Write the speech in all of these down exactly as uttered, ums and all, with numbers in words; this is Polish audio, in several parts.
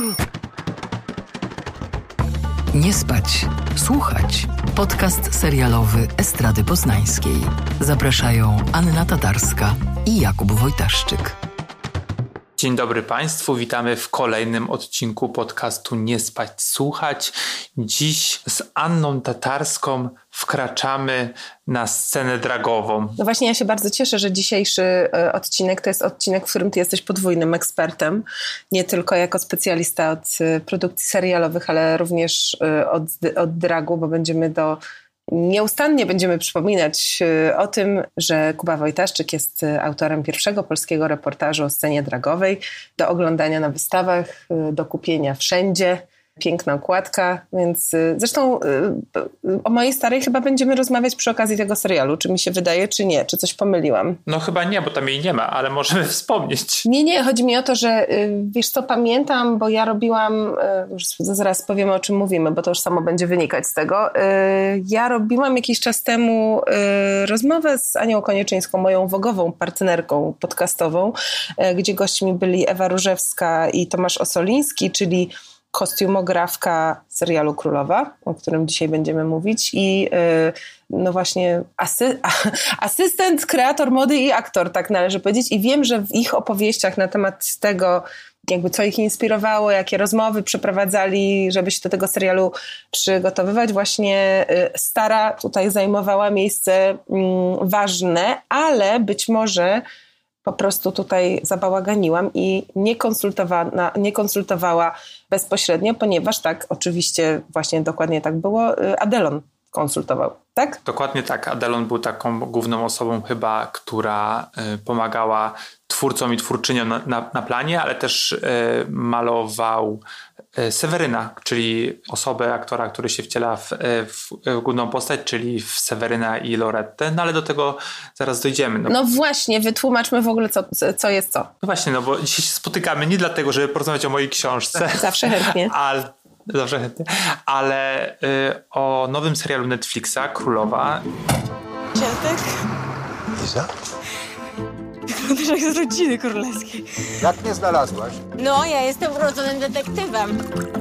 Nie spać, słuchać. Podcast serialowy Estrady Poznańskiej. Zapraszają Anna Tatarska i Jakub Wojtaszczyk. Dzień dobry Państwu, witamy w kolejnym odcinku podcastu Nie spać, słuchać. Dziś z Anną Tatarską wkraczamy na scenę dragową. No właśnie, ja się bardzo cieszę, że dzisiejszy odcinek to jest odcinek, w którym ty jesteś podwójnym ekspertem. Nie tylko jako specjalista od produkcji serialowych, ale również od, od dragu, bo będziemy do... Nieustannie będziemy przypominać o tym, że Kuba Wojtaszczyk jest autorem pierwszego polskiego reportażu o scenie dragowej, do oglądania na wystawach, do kupienia wszędzie. Piękna okładka, więc zresztą o mojej starej chyba będziemy rozmawiać przy okazji tego serialu. Czy mi się wydaje, czy nie? Czy coś pomyliłam? No chyba nie, bo tam jej nie ma, ale możemy wspomnieć. Nie, nie, chodzi mi o to, że wiesz co, pamiętam, bo ja robiłam, już zaraz powiemy, o czym mówimy, bo to już samo będzie wynikać z tego. Ja robiłam jakiś czas temu rozmowę z Anią Konieczyńską, moją vogową partnerką podcastową, gdzie gośćmi byli Ewa Różewska i Tomasz Osoliński, czyli kostiumografka serialu Królowa, o którym dzisiaj będziemy mówić, i yy, no właśnie asy- asystent, kreator mody i aktor, tak należy powiedzieć. I wiem, że w ich opowieściach na temat tego, jakby co ich inspirowało, jakie rozmowy przeprowadzali, żeby się do tego serialu przygotowywać, właśnie yy, stara tutaj zajmowała miejsce yy, ważne, ale być może po prostu tutaj zabałaganiłam i nie konsultowała, nie konsultowała bezpośrednio, ponieważ tak, oczywiście właśnie dokładnie tak było, Adelon konsultował, tak? Dokładnie tak. Adelon był taką główną osobą chyba, która y, pomagała twórcom i twórczyniom na, na, na planie, ale też y, malował y, Seweryna, czyli osobę aktora, który się wciela w, w, w główną postać, czyli w Seweryna i Lorettę, no ale do tego zaraz dojdziemy. No, no właśnie, wytłumaczmy w ogóle, co, co jest co. No właśnie, no bo dzisiaj się spotykamy nie dlatego, żeby porozmawiać o mojej książce. Zawsze chętnie. Ale Zawsze chętnie. Ale y, o nowym serialu Netflixa, Królowa. Ciastek? Liza? Wyglądasz jak z rodziny królewskiej. Jak mnie znalazłaś? No, ja jestem urodzonym detektywem.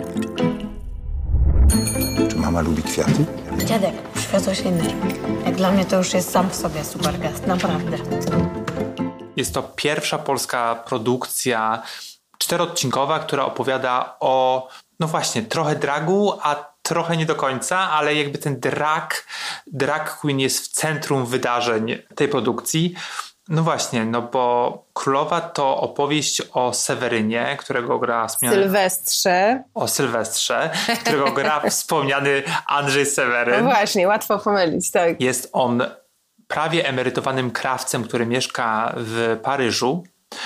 Czy mama lubi kwiaty? Dziadek, przywiozłeś inny. Jak dla mnie to już jest sam w sobie super gest, naprawdę. Jest to pierwsza polska produkcja czteroodcinkowa, która opowiada o, no właśnie, trochę dragu, a trochę nie do końca, ale jakby ten drag, drag queen jest w centrum wydarzeń tej produkcji. No właśnie, no bo Królowa to opowieść o Sewerynie, którego gra wspomniany... Sylwestrze. O Sylwestrze, którego gra wspomniany Andrzej Seweryn. No właśnie, łatwo pomylić, tak. Jest on prawie emerytowanym krawcem, który mieszka w Paryżu.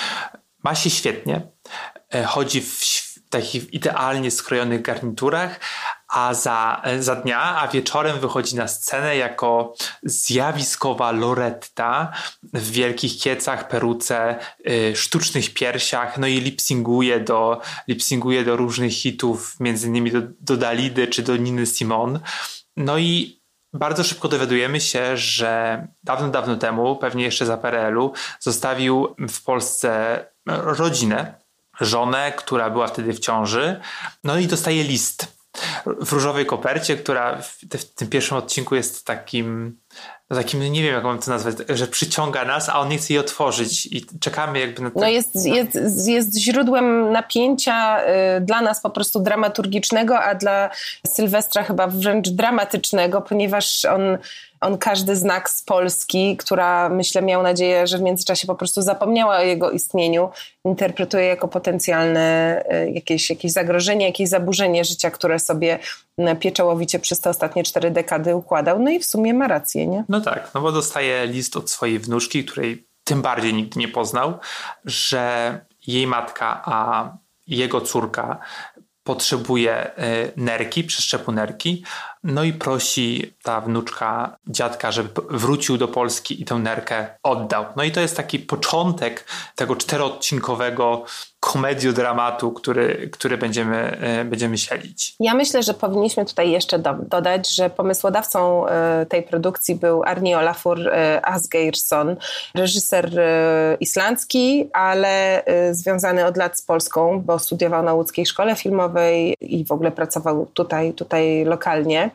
Ma się świetnie. Chodzi w takich idealnie skrojonych garniturach, a za, za dnia, a wieczorem wychodzi na scenę jako zjawiskowa Loretta w wielkich kiecach, peruce, y, sztucznych piersiach, no i lipsinguje do, lipsinguje do różnych hitów, między innymi do, do Dalidy czy do Niny Simone. No i bardzo szybko dowiadujemy się, że dawno, dawno temu, pewnie jeszcze za P R L u, zostawił w Polsce rodzinę, żonę, która była wtedy w ciąży, no i dostaje list w różowej kopercie, która w, w tym pierwszym odcinku jest takim, no takim, nie wiem jak mam to nazwać, że przyciąga nas, a on nie chce jej otworzyć i czekamy jakby na to. No jest, jest, jest źródłem napięcia y, dla nas po prostu dramaturgicznego, a dla Sylwestra chyba wręcz dramatycznego, ponieważ on On każdy znak z Polski, która myślę miał nadzieję, że w międzyczasie po prostu zapomniała o jego istnieniu, interpretuje jako potencjalne jakieś, jakieś zagrożenie, jakieś zaburzenie życia, które sobie pieczołowicie przez te ostatnie cztery dekady układał. No i w sumie ma rację, nie? No tak, no bo dostaje list od swojej wnuczki, której tym bardziej nigdy nie poznał, że jej matka, a jego córka potrzebuje nerki, przeszczepu nerki, no i prosi ta wnuczka dziadka, żeby wrócił do Polski i tę nerkę oddał. No i to jest taki początek tego czteroodcinkowego komediodramatu, który, który będziemy, będziemy śledzić. Ja myślę, że powinniśmy tutaj jeszcze do, dodać, że pomysłodawcą tej produkcji był Árni Ólafur Asgeirsson, reżyser islandzki, ale związany od lat z Polską, bo studiował na łódzkiej szkole filmowej i w ogóle pracował tutaj, tutaj lokalnie.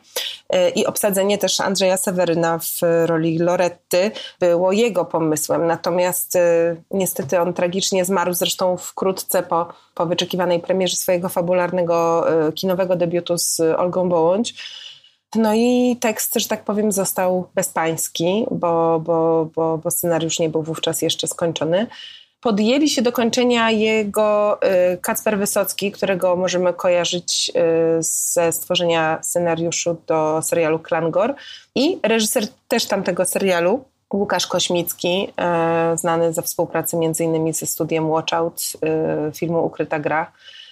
I obsadzenie też Andrzeja Seweryna w roli Loretty było jego pomysłem. Natomiast niestety on tragicznie zmarł, zresztą wkrótce po, po wyczekiwanej premierze swojego fabularnego kinowego debiutu z Olgą Bołądź. No i tekst, że tak powiem, został bezpański, bo, bo, bo, bo scenariusz nie był wówczas jeszcze skończony. Podjęli się do kończenia jego Kacper Wysocki, którego możemy kojarzyć ze stworzenia scenariuszu do serialu Klangor, i reżyser też tamtego serialu, Łukasz Kośmicki, znany ze współpracy między innymi ze studiem Watch Out, filmu Ukryta gra.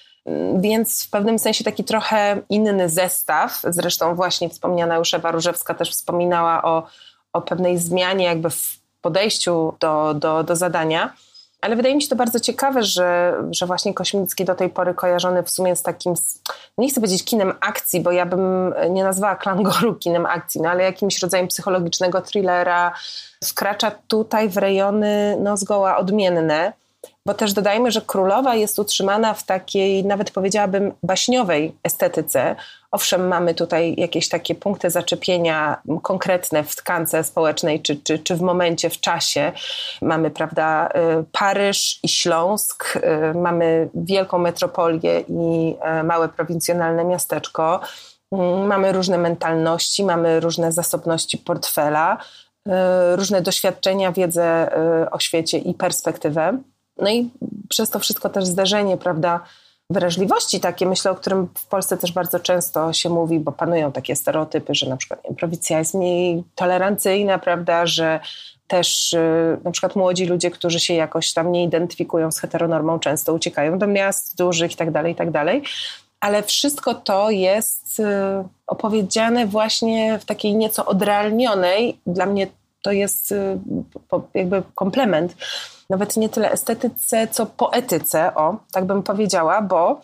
Więc w pewnym sensie taki trochę inny zestaw. Zresztą właśnie wspomniana już Ewa Różewska też wspominała o, o pewnej zmianie jakby w podejściu do, do, do zadania. Ale wydaje mi się to bardzo ciekawe, że, że właśnie Kośmicki do tej pory kojarzony w sumie z takim, nie chcę powiedzieć kinem akcji, bo ja bym nie nazwała Klangoru kinem akcji, no ale jakimś rodzajem psychologicznego thrillera, wkracza tutaj w rejony no zgoła odmienne. Bo też dodajmy, że Królowa jest utrzymana w takiej, nawet powiedziałabym, baśniowej estetyce. Owszem, mamy tutaj jakieś takie punkty zaczepienia konkretne w tkance społecznej, czy, czy, czy w momencie, w czasie. Mamy, prawda, Paryż i Śląsk, mamy wielką metropolię i małe prowincjonalne miasteczko. Mamy różne mentalności, mamy różne zasobności portfela, różne doświadczenia, wiedzę o świecie i perspektywę. No i przez to wszystko też zderzenie, prawda, wrażliwości takie, myślę, o którym w Polsce też bardzo często się mówi, bo panują takie stereotypy, że na przykład nie wiem, prowincja jest mniej tolerancyjna, prawda, że też yy, na przykład młodzi ludzie, którzy się jakoś tam nie identyfikują z heteronormą, często uciekają do miast dużych i tak dalej, i tak dalej. Ale wszystko to jest yy, opowiedziane właśnie w takiej nieco odrealnionej, dla mnie to jest yy, po, jakby komplement, nawet nie tyle estetyce, co poetyce, o, tak bym powiedziała, bo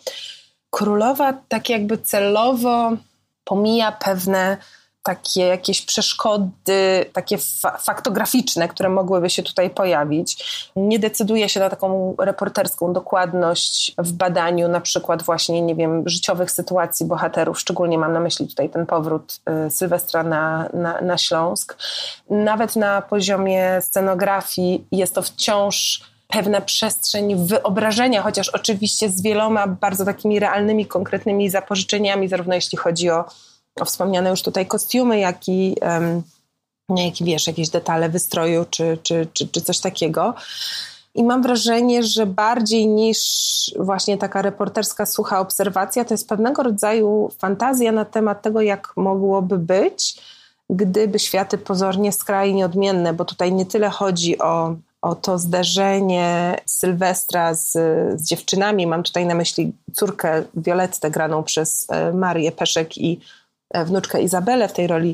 Królowa tak jakby celowo pomija pewne takie jakieś przeszkody, takie fa- faktograficzne, które mogłyby się tutaj pojawić. Nie decyduje się na taką reporterską dokładność w badaniu na przykład właśnie, nie wiem, życiowych sytuacji bohaterów. Szczególnie mam na myśli tutaj ten powrót y, Sylwestra na, na, na Śląsk. Nawet na poziomie scenografii jest to wciąż pewna przestrzeń wyobrażenia, chociaż oczywiście z wieloma bardzo takimi realnymi, konkretnymi zapożyczeniami, zarówno jeśli chodzi o o wspomniane już tutaj kostiumy, jak i, um, jak i wiesz, jakieś detale wystroju czy, czy, czy, czy coś takiego. I mam wrażenie, że bardziej niż właśnie taka reporterska, sucha obserwacja, to jest pewnego rodzaju fantazja na temat tego, jak mogłoby być, gdyby światy pozornie skrajnie odmienne, bo tutaj nie tyle chodzi o, o to zderzenie Sylwestra z, z dziewczynami. Mam tutaj na myśli córkę Violettę graną przez Marię Peszek i wnuczkę Izabelę, w tej roli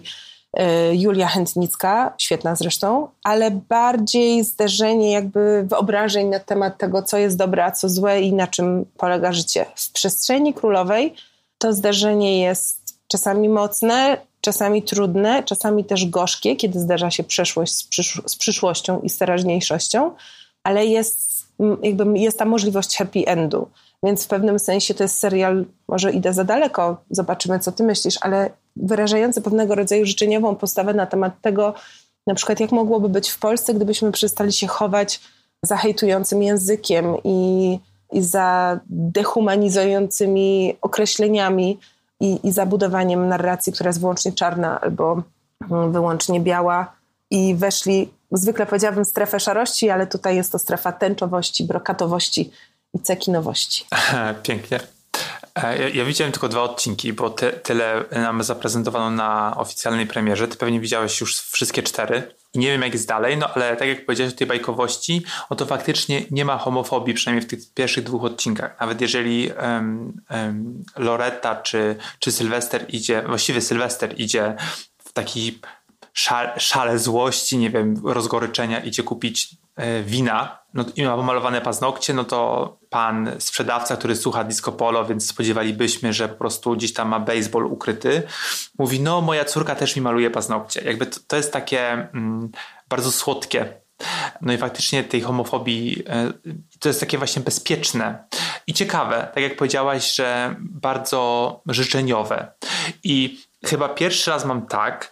Julia Chętnicka, świetna zresztą, ale bardziej zderzenie jakby wyobrażeń na temat tego, co jest dobre, a co złe i na czym polega życie. W przestrzeni królowej to zderzenie jest czasami mocne, czasami trudne, czasami też gorzkie, kiedy zderza się przeszłość z, przysz- z przyszłością i z teraźniejszością, ale jest, jakby jest ta możliwość happy endu. Więc w pewnym sensie to jest serial, może idę za daleko, zobaczymy, co ty myślisz, ale wyrażający pewnego rodzaju życzeniową postawę na temat tego, na przykład jak mogłoby być w Polsce, gdybyśmy przestali się chować za hejtującym językiem i, i za dehumanizującymi określeniami i, i za budowaniem narracji, która jest wyłącznie czarna albo wyłącznie biała, i weszli, zwykle powiedziałabym, w strefę szarości, ale tutaj jest to strefa tęczowości, brokatowości i cekinowości. Pięknie. Ja, ja widziałem tylko dwa odcinki, bo ty, tyle nam zaprezentowano na oficjalnej premierze. Ty pewnie widziałeś już wszystkie cztery. I nie wiem, jak jest dalej, no ale tak jak powiedziałeś o tej bajkowości, no to faktycznie nie ma homofobii, przynajmniej w tych pierwszych dwóch odcinkach. Nawet jeżeli um, um, Loretta czy, czy Sylwester idzie, właściwie Sylwester idzie w taki szale, szale złości, nie wiem, rozgoryczenia idzie kupić e, wina, no i ma pomalowane paznokcie, no to pan sprzedawca, który słucha disco polo, więc spodziewalibyśmy, że po prostu gdzieś tam ma baseball ukryty, mówi, no moja córka też mi maluje paznokcie. Jakby to, to jest takie mm, bardzo słodkie. No i faktycznie tej homofobii to jest takie właśnie bezpieczne i ciekawe, tak jak powiedziałaś, że bardzo życzeniowe. I chyba pierwszy raz mam tak,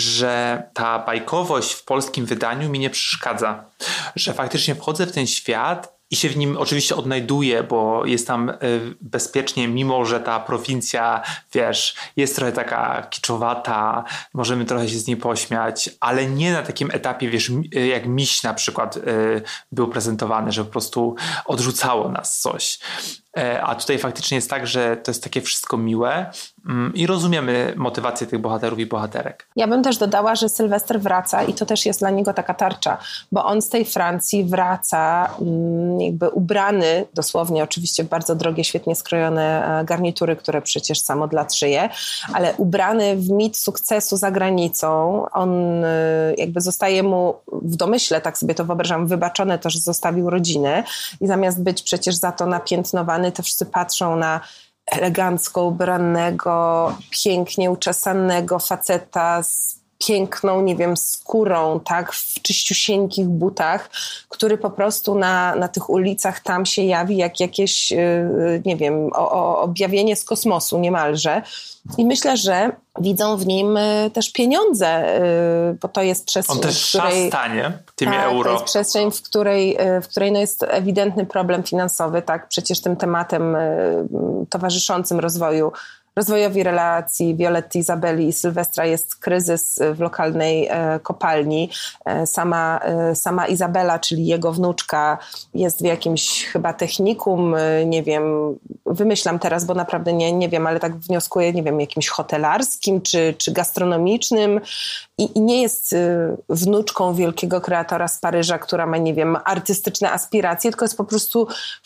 że ta bajkowość w polskim wydaniu mi nie przeszkadza. Że faktycznie wchodzę w ten świat i się w nim oczywiście odnajduję, bo jest tam bezpiecznie, mimo że ta prowincja, wiesz, jest trochę taka kiczowata, możemy trochę się z niej pośmiać, ale nie na takim etapie, wiesz, jak Miś na przykład był prezentowany, że po prostu odrzucało nas coś. A tutaj faktycznie jest tak, że to jest takie wszystko miłe i rozumiemy motywację tych bohaterów i bohaterek. Ja bym też dodała, że Sylwester wraca i to też jest dla niego taka tarcza, bo on z tej Francji wraca jakby ubrany, dosłownie oczywiście w bardzo drogie, świetnie skrojone garnitury, które przecież sam od lat szyje, ale ubrany w mit sukcesu za granicą. On jakby zostaje mu w domyśle, tak sobie to wyobrażam, wybaczone to, że zostawił rodzinę i zamiast być przecież za to napiętnowany, to wszyscy patrzą na elegancko ubranego, pięknie uczesanego faceta z piękną, nie wiem, skórą, tak, w czyściusieńkich butach, który po prostu na, na tych ulicach tam się jawi jak jakieś, yy, nie wiem, o, o objawienie z kosmosu niemalże. I myślę, że widzą w nim y, też pieniądze, y, bo to jest przestrzeń, On też w której... szastanie tymi tak, euro. To jest przestrzeń, w której, w której no jest ewidentny problem finansowy, tak? Przecież tym tematem towarzyszącym rozwoju, rozwojowi relacji Violetty, Izabeli i Sylwestra jest kryzys w lokalnej kopalni. Sama, sama Izabela, czyli jego wnuczka, jest w jakimś chyba technikum, nie wiem, wymyślam teraz, bo naprawdę nie, nie wiem, ale tak wnioskuję, nie wiem, jakimś hotelarskim czy, czy gastronomicznym i, i nie jest wnuczką wielkiego kreatora z Paryża, która ma, nie wiem, artystyczne aspiracje, tylko jest po prostu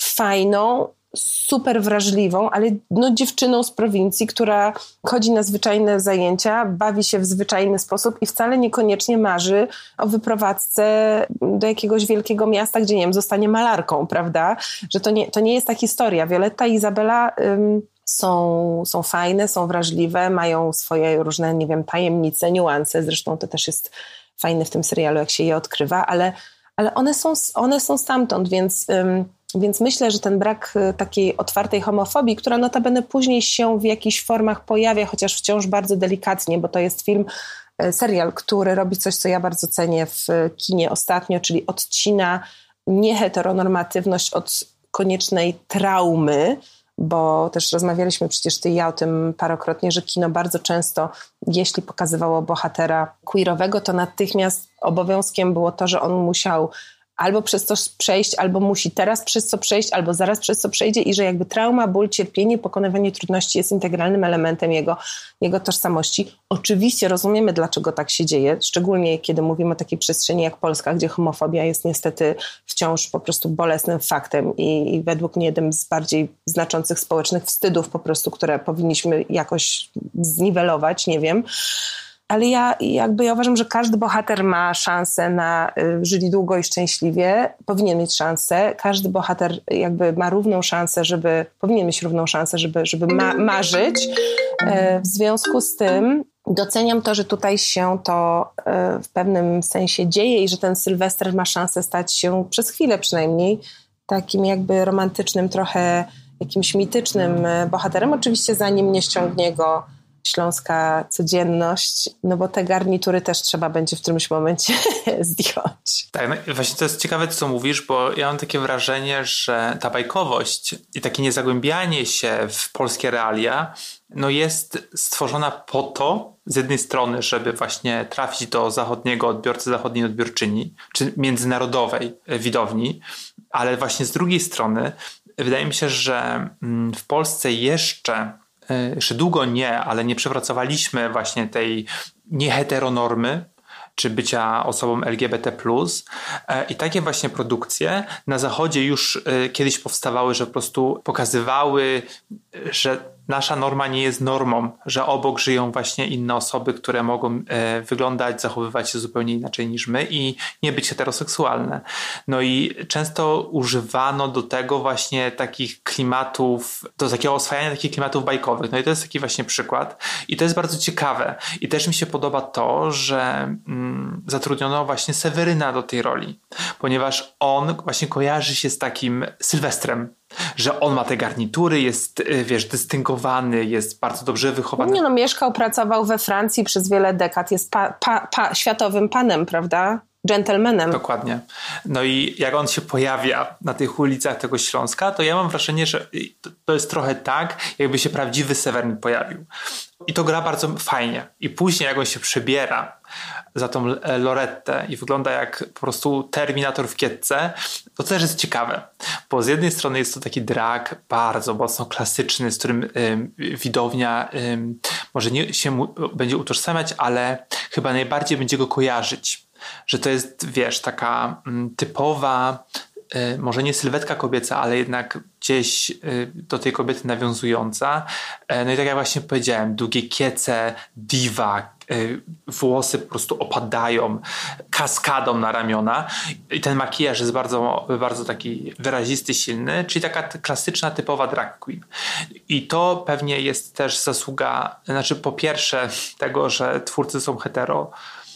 fajną, super wrażliwą, ale no dziewczyną z prowincji, która chodzi na zwyczajne zajęcia, bawi się w zwyczajny sposób i wcale niekoniecznie marzy o wyprowadzce do jakiegoś wielkiego miasta, gdzie, nie wiem, zostanie malarką, prawda? Że to nie, to nie jest ta historia. Violetta i Izabela ym, są, są fajne, są wrażliwe, mają swoje różne, nie wiem, tajemnice, niuanse. Zresztą to też jest fajne w tym serialu, jak się je odkrywa, ale, ale one są, one są stamtąd, więc... Ym, Więc myślę, że ten brak takiej otwartej homofobii, która notabene później się w jakichś formach pojawia, chociaż wciąż bardzo delikatnie, bo to jest film, serial, który robi coś, co ja bardzo cenię w kinie ostatnio, czyli odcina nieheteronormatywność od koniecznej traumy, bo też rozmawialiśmy przecież ty i ja o tym parokrotnie, że kino bardzo często, jeśli pokazywało bohatera queerowego, to natychmiast obowiązkiem było to, że on musiał albo przez to przejść, albo musi teraz przez co przejść, albo zaraz przez co przejdzie i że jakby trauma, ból, cierpienie, pokonywanie trudności jest integralnym elementem jego, jego tożsamości. Oczywiście rozumiemy, dlaczego tak się dzieje, szczególnie kiedy mówimy o takiej przestrzeni jak Polska, gdzie homofobia jest niestety wciąż po prostu bolesnym faktem i, i według mnie jednym z bardziej znaczących społecznych wstydów po prostu, które powinniśmy jakoś zniwelować, nie wiem. Ale ja jakby ja uważam, że każdy bohater ma szansę na y, żyli długo i szczęśliwie, powinien mieć szansę. Każdy bohater jakby ma równą szansę, żeby, powinien mieć równą szansę, żeby, żeby ma, marzyć. Y, w związku z tym doceniam to, że tutaj się to y, w pewnym sensie dzieje i że ten Sylwester ma szansę stać się przez chwilę przynajmniej takim jakby romantycznym, trochę jakimś mitycznym bohaterem. Oczywiście zanim nie ściągnie go śląska codzienność, no bo te garnitury też trzeba będzie w którymś momencie zdjąć. Tak, no właśnie to jest ciekawe, co mówisz, bo ja mam takie wrażenie, że ta bajkowość i takie niezagłębianie się w polskie realia no jest stworzona po to, z jednej strony, żeby właśnie trafić do zachodniego odbiorcy, zachodniej odbiorczyni, czy międzynarodowej widowni, ale właśnie z drugiej strony wydaje mi się, że w Polsce jeszcze jeszcze długo nie, ale nie przepracowaliśmy właśnie tej nieheteronormy czy bycia osobą L G B T plus. I takie właśnie produkcje na Zachodzie już kiedyś powstawały, że po prostu pokazywały, że nasza norma nie jest normą, że obok żyją właśnie inne osoby, które mogą e, wyglądać, zachowywać się zupełnie inaczej niż my i nie być heteroseksualne. No i często używano do tego właśnie takich klimatów, do takiego oswajania takich klimatów bajkowych. No i to jest taki właśnie przykład. I to jest bardzo ciekawe. I też mi się podoba to, że mm, zatrudniono właśnie Seweryna do tej roli, ponieważ on właśnie kojarzy się z takim Sylwestrem, że on ma te garnitury, jest, wiesz, dystyngowany, jest bardzo dobrze wychowany. Nie no, mieszkał, pracował we Francji przez wiele dekad, jest pa, pa, pa, światowym panem, prawda? Gentlemanem. Dokładnie. No i jak on się pojawia na tych ulicach tego Śląska, to ja mam wrażenie, że to jest trochę tak, jakby się prawdziwy Seweryn pojawił. I to gra bardzo fajnie. I później jak on się przebiera za tą Lorettę i wygląda jak po prostu Terminator w kietce, to też jest ciekawe. Bo z jednej strony jest to taki drag bardzo mocno klasyczny, z którym ym, widownia ym, może nie się mu, będzie utożsamiać, ale chyba najbardziej będzie go kojarzyć. Że to jest, wiesz, taka ym, typowa, y, może nie sylwetka kobieca, ale jednak gdzieś y, do tej kobiety nawiązująca. Y, no i tak jak właśnie powiedziałem, długie kiece, diva, włosy po prostu opadają kaskadą na ramiona i ten makijaż jest bardzo, bardzo taki wyrazisty, silny, czyli taka klasyczna, typowa drag queen. I to pewnie jest też zasługa, znaczy po pierwsze tego, że twórcy są hetero,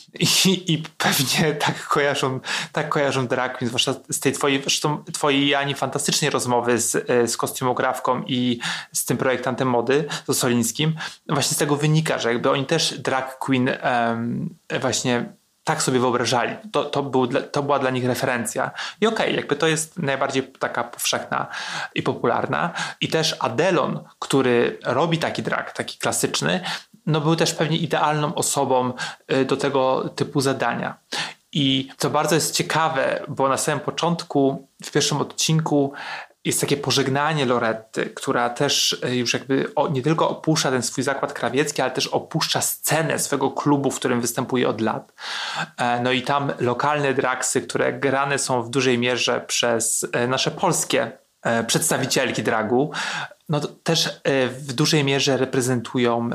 I, i pewnie tak kojarzą, tak kojarzą drag queen, zwłaszcza z tej twojej, zresztą twojej, Ani, fantastycznej rozmowy z, z kostiumografką i z tym projektantem mody, z Osolińskim. Właśnie z tego wynika, że jakby oni też drag queen um, właśnie tak sobie wyobrażali. To, to, był, to była dla nich referencja. I okej, okay, jakby to jest najbardziej taka powszechna i popularna. I też Adelon, który robi taki drag, taki klasyczny, no był też pewnie idealną osobą do tego typu zadania. I co bardzo jest ciekawe, bo na samym początku, w pierwszym odcinku jest takie pożegnanie Loretty, która też już jakby nie tylko opuszcza ten swój zakład krawiecki, ale też opuszcza scenę swego klubu, w którym występuje od lat. No i tam lokalne dragsy, które grane są w dużej mierze przez nasze polskie przedstawicielki dragu, no to też w dużej mierze reprezentują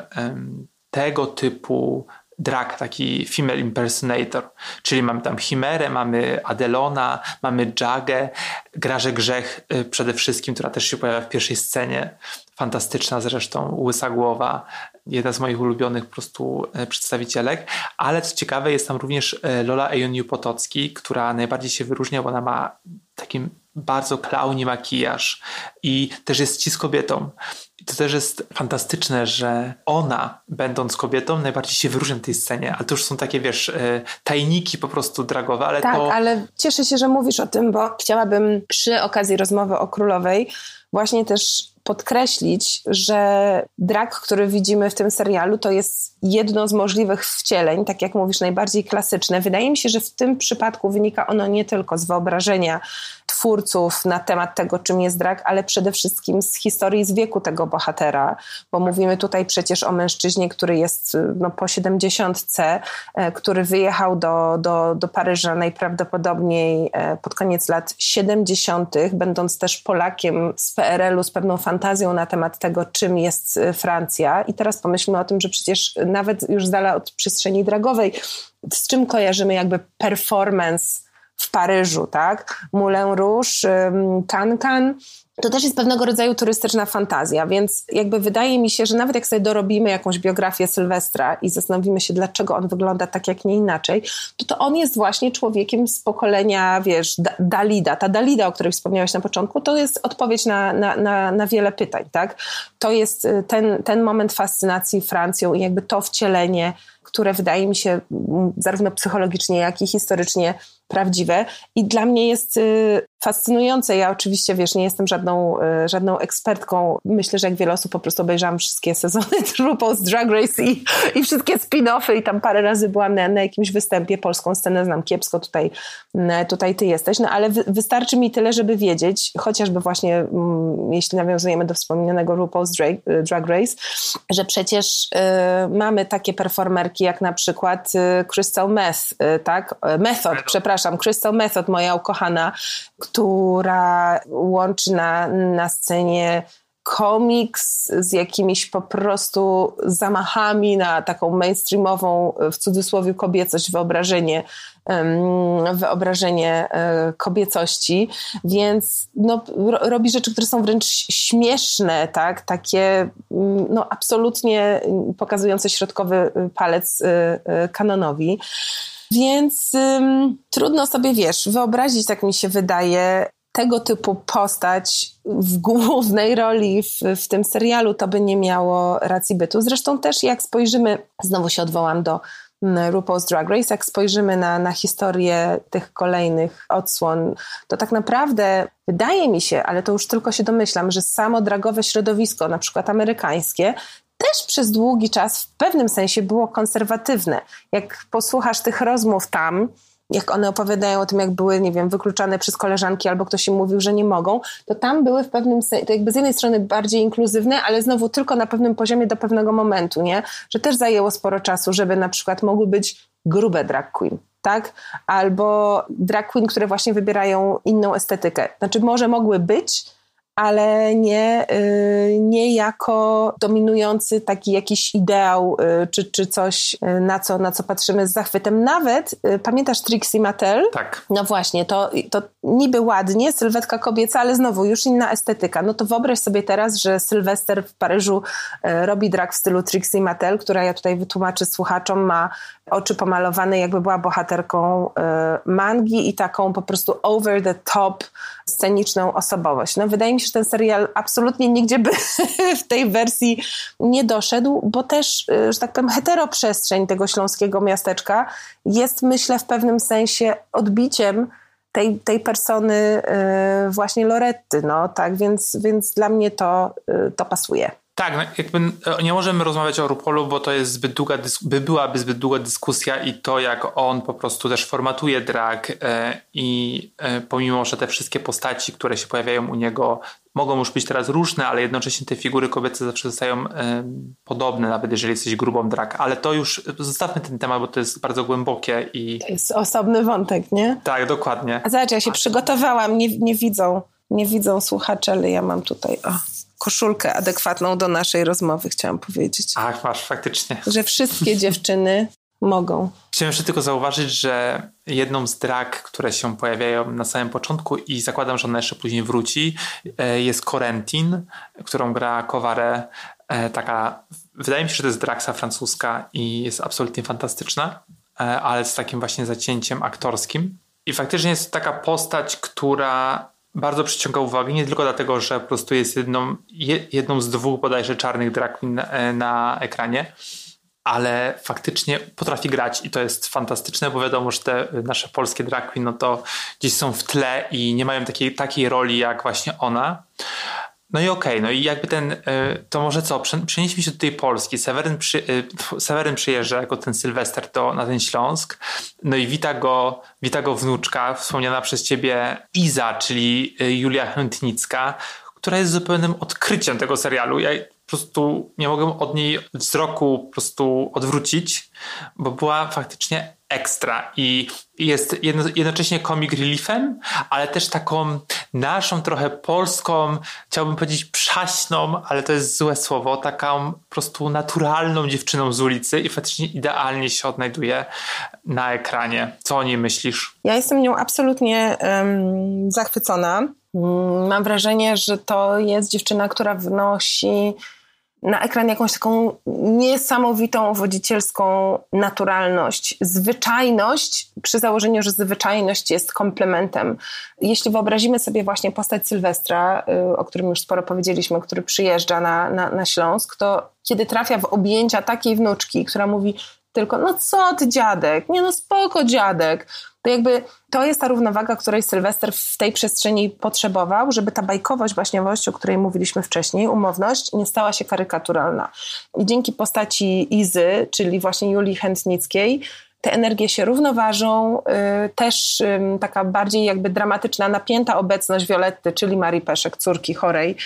tego typu drag, taki female impersonator. Czyli mamy tam Chimerę, mamy Adelona, mamy Jagę, Grażę Grzech przede wszystkim, która też się pojawia w pierwszej scenie. Fantastyczna zresztą, łysa głowa. Jedna z moich ulubionych po prostu przedstawicielek. Ale co ciekawe, jest tam również Lola Ejoniu-Potocki, która najbardziej się wyróżnia, bo ona ma takim bardzo klauni makijaż i też jest cis kobietą. I to też jest fantastyczne, że ona, będąc kobietą, najbardziej się wyróżnia na tej scenie. Ale to już są takie, wiesz, tajniki po prostu dragowe, ale tak, to... Tak, ale cieszę się, że mówisz o tym, bo chciałabym przy okazji rozmowy o Królowej właśnie też podkreślić, że drag, który widzimy w tym serialu, to jest jedno z możliwych wcieleń, tak jak mówisz, najbardziej klasyczne. Wydaje mi się, że w tym przypadku wynika ono nie tylko z wyobrażenia twórców na temat tego, czym jest drag, ale przede wszystkim z historii, z wieku tego bohatera, bo mówimy tutaj przecież o mężczyźnie, który jest no, po siedemdziesiątce, który wyjechał do, do, do Paryża najprawdopodobniej pod koniec lat siedemdziesiątych, będąc też Polakiem z P R L u, z pewną fantazją na temat tego, czym jest Francja. I teraz pomyślmy o tym, że przecież nawet już z dala od przestrzeni dragowej, z czym kojarzymy jakby performance w Paryżu, tak? Moulin Rouge, Cancan, to też jest pewnego rodzaju turystyczna fantazja, więc jakby wydaje mi się, że nawet jak sobie dorobimy jakąś biografię Sylwestra i zastanowimy się, dlaczego on wygląda tak, jak nie inaczej, to to on jest właśnie człowiekiem z pokolenia, wiesz, da- Dalida. Ta Dalida, o której wspomniałaś na początku, to jest odpowiedź na, na, na, na wiele pytań, tak? To jest ten, ten moment fascynacji Francją i jakby to wcielenie, które wydaje mi się zarówno psychologicznie, jak i historycznie prawdziwe. I dla mnie jest y, fascynujące. Ja oczywiście, wiesz, nie jestem żadną, żadną ekspertką. Myślę, że jak wiele osób po prostu obejrzałam wszystkie sezony RuPaul's Drag Race i, i wszystkie spin-offy i tam parę razy byłam na, na jakimś występie. Polską scenę znam kiepsko, tutaj, tutaj ty jesteś. No ale wy, wystarczy mi tyle, żeby wiedzieć, chociażby właśnie mm, jeśli nawiązujemy do wspomnianego RuPaul's Drag, Drag Race, że przecież y, mamy takie performerki jak na przykład y, Crystal Meth, y, tak? Method, przepraszam, Crystal Method, moja ukochana, która łączy na, na scenie komiks z jakimiś po prostu zamachami na taką mainstreamową, w cudzysłowie, kobiecość, wyobrażenie, um, wyobrażenie um, kobiecości, więc no, ro, robi rzeczy, które są wręcz śmieszne, tak? Takie no, absolutnie pokazujące środkowy palec y, y, kanonowi. Więc ym, trudno sobie, wiesz, wyobrazić, tak mi się wydaje, tego typu postać w głównej roli w, w tym serialu, to by nie miało racji bytu. Zresztą też jak spojrzymy, znowu się odwołam do RuPaul's Drag Race, jak spojrzymy na, na historię tych kolejnych odsłon, to tak naprawdę wydaje mi się, ale to już tylko się domyślam, że samo dragowe środowisko, na przykład amerykańskie, też przez długi czas w pewnym sensie było konserwatywne. Jak posłuchasz tych rozmów tam, jak one opowiadają o tym, jak były, nie wiem, wykluczane przez koleżanki albo ktoś im mówił, że nie mogą, to tam były w pewnym sensie, to jakby z jednej strony bardziej inkluzywne, ale znowu tylko na pewnym poziomie do pewnego momentu, nie? Że też zajęło sporo czasu, żeby na przykład mogły być grube drag queen, tak? Albo drag queen, które właśnie wybierają inną estetykę. Znaczy może mogły być, ale nie, y, nie jako dominujący taki jakiś ideał y, czy, czy coś, y, na co, na co patrzymy z zachwytem. Nawet, y, pamiętasz Trixie Mattel? Tak. No właśnie, to, to niby ładnie, sylwetka kobieca, ale znowu już inna estetyka. No to wyobraź sobie teraz, że Sylwester w Paryżu y, robi drag w stylu Trixie Mattel, która, ja tutaj wytłumaczę słuchaczom, ma oczy pomalowane, jakby była bohaterką y, mangi i taką po prostu over the top sceniczną osobowość. No wydaje mi się, że ten serial absolutnie nigdzie by w tej wersji nie doszedł, bo też, że tak powiem, heteroprzestrzeń tego śląskiego miasteczka jest, myślę, w pewnym sensie odbiciem tej, tej persony yy, właśnie Loretty, no tak, więc, więc dla mnie to, yy, to pasuje. Tak, no jakby nie możemy rozmawiać o RuPaulu, bo to jest zbyt długa, dysk- by byłaby zbyt długa dyskusja i to, jak on po prostu też formatuje drag e, i e, pomimo, że te wszystkie postaci, które się pojawiają u niego, mogą już być teraz różne, ale jednocześnie te figury kobiece zawsze zostają e, podobne, nawet jeżeli jesteś grubą drag. Ale to już, zostawmy ten temat, bo to jest bardzo głębokie i... To jest osobny wątek, nie? Tak, dokładnie. A zobacz, ja się A... przygotowałam, nie, nie widzą, nie widzą słuchacze, ale ja mam tutaj... O. koszulkę adekwatną do naszej rozmowy, chciałam powiedzieć. Ach, masz, faktycznie. Że wszystkie dziewczyny mogą. Chciałem jeszcze tylko zauważyć, że jedną z drag, które się pojawiają na samym początku i zakładam, że ona jeszcze później wróci, jest Corentin, którą gra Koware, taka, wydaje mi się, że to jest dragsa francuska i jest absolutnie fantastyczna, ale z takim właśnie zacięciem aktorskim. I faktycznie jest to taka postać, która bardzo przyciąga uwagę, nie tylko dlatego, że po prostu jest jedną, jedną z dwóch bodajże czarnych drag queen na, na ekranie, ale faktycznie potrafi grać i to jest fantastyczne, bo wiadomo, że te nasze polskie drag queen no to gdzieś są w tle i nie mają takiej, takiej roli jak właśnie ona. No i okej, okay, no i jakby ten, to może co, przenieśmy się do tej Polski. Seweryn, przy, Seweryn przyjeżdża jako ten Sylwester to, na ten Śląsk, no i wita go, wita go wnuczka, wspomniana przez ciebie Iza, czyli Julia Chętnicka, która jest zupełnym odkryciem tego serialu. Ja po prostu nie mogę od niej wzroku po prostu odwrócić, bo była faktycznie ekstra i jest jedno, jednocześnie comic reliefem, ale też taką naszą trochę polską, chciałbym powiedzieć przaśną, ale to jest złe słowo, taką po prostu naturalną dziewczyną z ulicy i faktycznie idealnie się odnajduje na ekranie. Co o niej myślisz? Ja jestem nią absolutnie um, zachwycona. Mam wrażenie, że to jest dziewczyna, która wnosi na ekran jakąś taką niesamowitą wodzicielską naturalność, zwyczajność, przy założeniu, że zwyczajność jest komplementem. Jeśli wyobrazimy sobie właśnie postać Sylwestra, o którym już sporo powiedzieliśmy, który przyjeżdża na, na, na Śląsk, to kiedy trafia w objęcia takiej wnuczki, która mówi: tylko no co ty dziadek, nie no spoko dziadek. To jakby to jest ta równowaga, której Sylwester w tej przestrzeni potrzebował, żeby ta bajkowość, baśniowość, o której mówiliśmy wcześniej, umowność, nie stała się karykaturalna. I dzięki postaci Izy, czyli właśnie Julii Chętnickiej, te energie się równoważą, yy, też yy, taka bardziej jakby dramatyczna, napięta obecność Violetty, czyli Marii Peszek, córki chorej,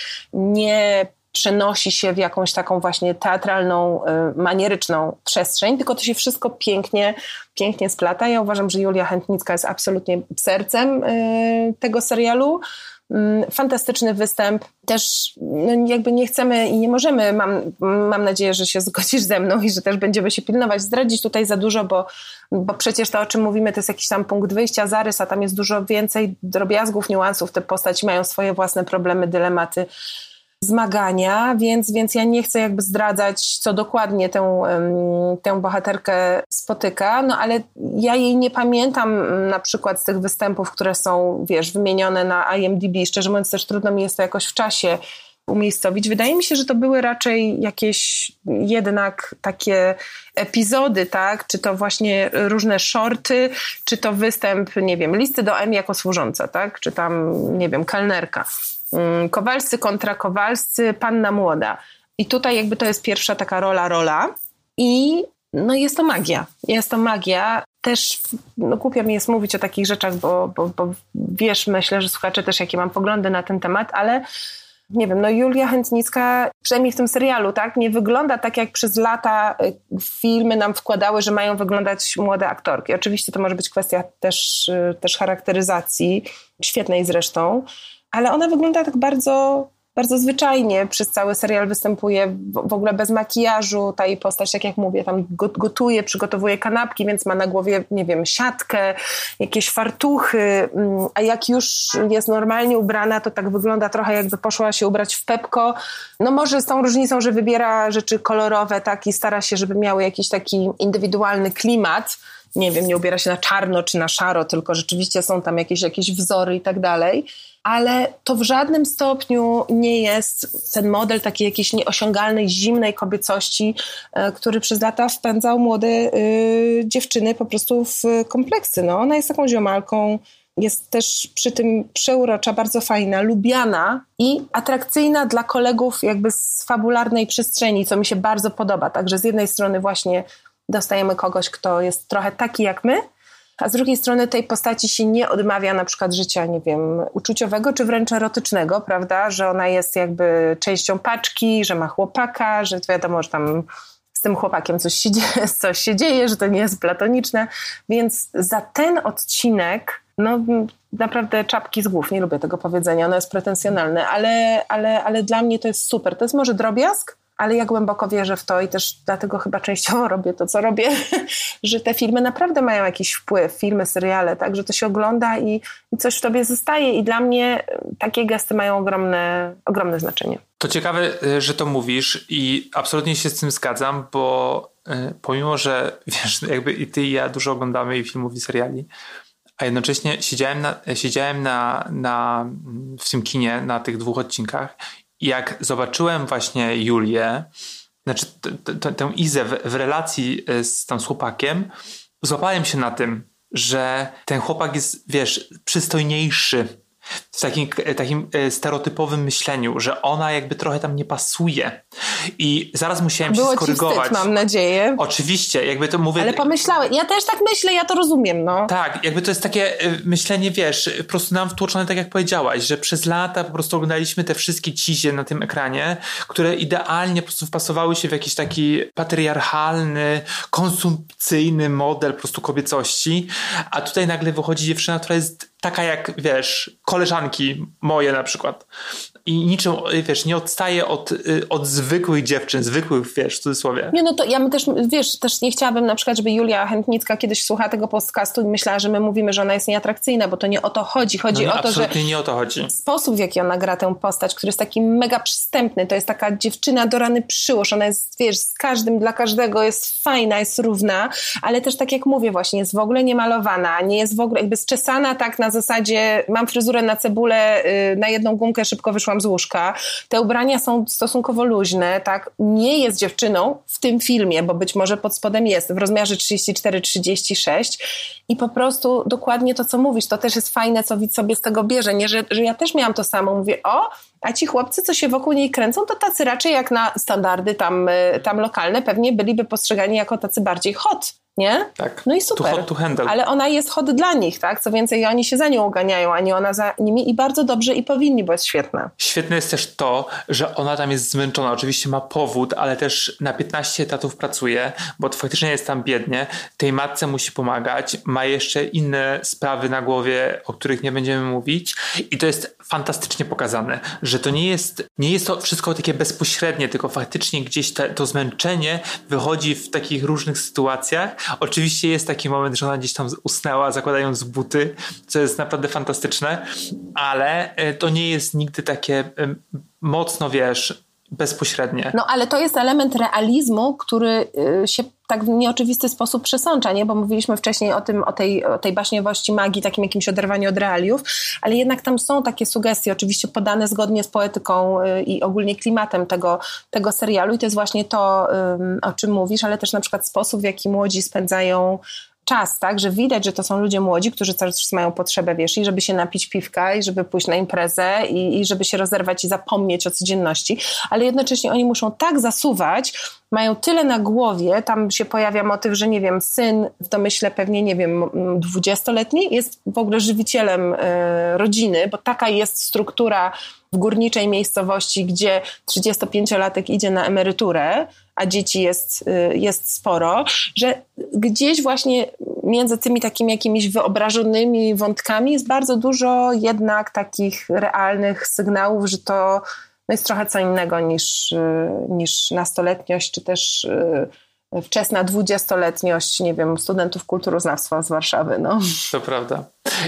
nie przenosi się w jakąś taką właśnie teatralną, yy, manieryczną przestrzeń, tylko to się wszystko pięknie, pięknie splata. Ja uważam, że Julia Chętnicka jest absolutnie sercem yy, tego serialu. Fantastyczny występ. Też no jakby nie chcemy i nie możemy, mam, mam nadzieję, że się zgodzisz ze mną i że też będziemy się pilnować, zdradzić tutaj za dużo, bo, bo przecież to, o czym mówimy, to jest jakiś tam punkt wyjścia, zarys, a tam jest dużo więcej drobiazgów, niuansów. Te postaci mają swoje własne problemy, dylematy, zmagania, więc, więc ja nie chcę jakby zdradzać, co dokładnie tę, tę bohaterkę spotyka, no ale ja jej nie pamiętam na przykład z tych występów, które są, wiesz, wymienione na I M D B. Szczerze mówiąc, też trudno mi jest to jakoś w czasie umiejscowić. Wydaje mi się, że to były raczej jakieś jednak takie epizody, tak? Czy to właśnie różne shorty, czy to występ, nie wiem, listy do Emmy jako służąca, tak? Czy tam, nie wiem, kelnerka. Kowalscy kontra Kowalscy, Panna Młoda. I tutaj jakby to jest pierwsza taka rola, rola. I no jest to magia. Jest to magia. Też no, głupio mi jest mówić o takich rzeczach, bo, bo, bo wiesz, myślę, że słuchacze też jakie mam poglądy na ten temat, ale nie wiem, no Julia Chętnicka, przynajmniej w tym serialu, tak, nie wygląda tak, jak przez lata filmy nam wkładały, że mają wyglądać młode aktorki. Oczywiście to może być kwestia też, też charakteryzacji, świetnej zresztą, ale ona wygląda tak bardzo, bardzo zwyczajnie. Przez cały serial występuje w, w ogóle bez makijażu. Ta jej postać, tak jak mówię, tam gotuje, przygotowuje kanapki, więc ma na głowie, nie wiem, siatkę, jakieś fartuchy, a jak już jest normalnie ubrana, to tak wygląda trochę jakby poszła się ubrać w Pepko. No może z tą różnicą, że wybiera rzeczy kolorowe, tak, i stara się, żeby miały jakiś taki indywidualny klimat. Nie wiem, nie ubiera się na czarno czy na szaro, tylko rzeczywiście są tam jakieś, jakieś wzory i tak dalej. Ale to w żadnym stopniu nie jest ten model takiej jakiejś nieosiągalnej, zimnej kobiecości, który przez lata wpędzał młode y, dziewczyny po prostu w kompleksy. No, ona jest taką ziomalką, jest też przy tym przeurocza, bardzo fajna, lubiana i atrakcyjna dla kolegów jakby z fabularnej przestrzeni, co mi się bardzo podoba. Także z jednej strony właśnie dostajemy kogoś, kto jest trochę taki jak my, a z drugiej strony tej postaci się nie odmawia na przykład życia, nie wiem, uczuciowego czy wręcz erotycznego, prawda, że ona jest jakby częścią paczki, że ma chłopaka, że wiadomo, że tam z tym chłopakiem coś się dzieje, coś się dzieje, że to nie jest platoniczne, więc za ten odcinek no naprawdę czapki z głów, nie lubię tego powiedzenia, ono jest pretensjonalne, ale, ale, ale dla mnie to jest super, to jest może drobiazg, ale ja głęboko wierzę w to i też dlatego chyba częściowo robię to, co robię, że te filmy naprawdę mają jakiś wpływ, filmy, seriale, tak, że to się ogląda i, i coś w tobie zostaje i dla mnie takie gesty mają ogromne, ogromne znaczenie. To ciekawe, że to mówisz i absolutnie się z tym zgadzam, bo pomimo, że wiesz, jakby i ty i ja dużo oglądamy i filmów i seriali, a jednocześnie siedziałem, na, siedziałem na, na, w tym kinie na tych dwóch odcinkach. I jak zobaczyłem właśnie Julię, znaczy t, t, tę Izę w, w relacji z tam z chłopakiem, złapałem się na tym, że ten chłopak jest, wiesz, przystojniejszy w takim, takim stereotypowym myśleniu, że ona jakby trochę tam nie pasuje. I zaraz musiałem Było się skorygować. Ci wstyd, mam nadzieję. Oczywiście, jakby to mówię... Ale pomyślałem, ja też tak myślę, ja to rozumiem, no. Tak, jakby to jest takie myślenie, wiesz, po prostu nam wtłoczone, tak jak powiedziałaś, że przez lata po prostu oglądaliśmy te wszystkie cizie na tym ekranie, które idealnie po prostu wpasowały się w jakiś taki patriarchalny, konsumpcyjny model po prostu kobiecości, a tutaj nagle wychodzi dziewczyna, która jest taka jak, wiesz, koleżanki moje na przykład. I niczym, wiesz, nie odstaje od, od zwykłych dziewczyn, zwykłych, wiesz, w cudzysłowie. Nie, no to ja też, wiesz, też nie chciałabym na przykład, żeby Julia Chętnicka kiedyś słuchała tego podcastu i myślała, że my mówimy, że ona jest nieatrakcyjna, bo to nie o to chodzi. Chodzi no nie, o to, że absolutnie nie o to chodzi. Sposób, w jaki ona gra tę postać, który jest taki mega przystępny, to jest taka dziewczyna do rany przyłóż, ona jest, wiesz, z każdym, dla każdego jest fajna, jest równa, ale też tak jak mówię właśnie, jest w ogóle niemalowana, nie jest w ogóle jakby zczesana tak na zasadzie, mam fryzurę na cebulę, yy, na jedną gumkę szybko wyszło zeszłam z łóżka. Te ubrania są stosunkowo luźne, tak? Nie jest dziewczyną w tym filmie, bo być może pod spodem jest w rozmiarze trzydzieści cztery trzydzieści sześć i po prostu dokładnie to, co mówisz, to też jest fajne, co widz sobie z tego bierze, nie? Że, że ja też miałam to samo. Mówię, o, a ci chłopcy, co się wokół niej kręcą, to tacy raczej jak na standardy tam, tam lokalne, pewnie byliby postrzegani jako tacy bardziej hot, nie? Tak. No i super. To hot to handle. Ale ona jest hot dla nich, tak? Co więcej, oni się za nią uganiają, a nie ona za nimi i bardzo dobrze i powinni, bo jest świetna. Świetne jest też to, że ona tam jest zmęczona. Oczywiście ma powód, ale też na piętnaście etatów pracuje, bo faktycznie jest tam biednie. Tej matce musi pomagać. Ma jeszcze inne sprawy na głowie, o których nie będziemy mówić. I to jest fantastycznie pokazane, że to nie jest, nie jest to wszystko takie bezpośrednie, tylko faktycznie gdzieś te, to zmęczenie wychodzi w takich różnych sytuacjach. Oczywiście jest taki moment, że ona gdzieś tam usnęła, zakładając buty, co jest naprawdę fantastyczne, ale to nie jest nigdy takie mocno, wiesz, bezpośrednie. No ale to jest element realizmu, który się tak w nieoczywisty sposób przesącza, nie? Bo mówiliśmy wcześniej o tym, o tej, o tej baśniowości magii, takim jakimś oderwaniu od realiów, ale jednak tam są takie sugestie, oczywiście podane zgodnie z poetyką i ogólnie klimatem tego, tego serialu i to jest właśnie to, o czym mówisz, ale też na przykład sposób, w jaki młodzi spędzają czas, tak, że widać, że to są ludzie młodzi, którzy cały czas mają potrzebę, wiesz, i żeby się napić piwka, i żeby pójść na imprezę, i, i żeby się rozerwać i zapomnieć o codzienności, ale jednocześnie oni muszą tak zasuwać, mają tyle na głowie, tam się pojawia motyw, że nie wiem, syn w domyśle pewnie, nie wiem, dwudziestoletni jest w ogóle żywicielem y, rodziny, bo taka jest struktura w górniczej miejscowości, gdzie trzydziestopięciolatek idzie na emeryturę, a dzieci jest, jest sporo, że gdzieś właśnie między tymi takimi jakimiś wyobrażonymi wątkami jest bardzo dużo jednak takich realnych sygnałów, że to no jest trochę co innego niż, niż nastoletniość, czy też wczesna dwudziestoletniość, nie wiem, studentów kulturoznawstwa z Warszawy. No. To prawda.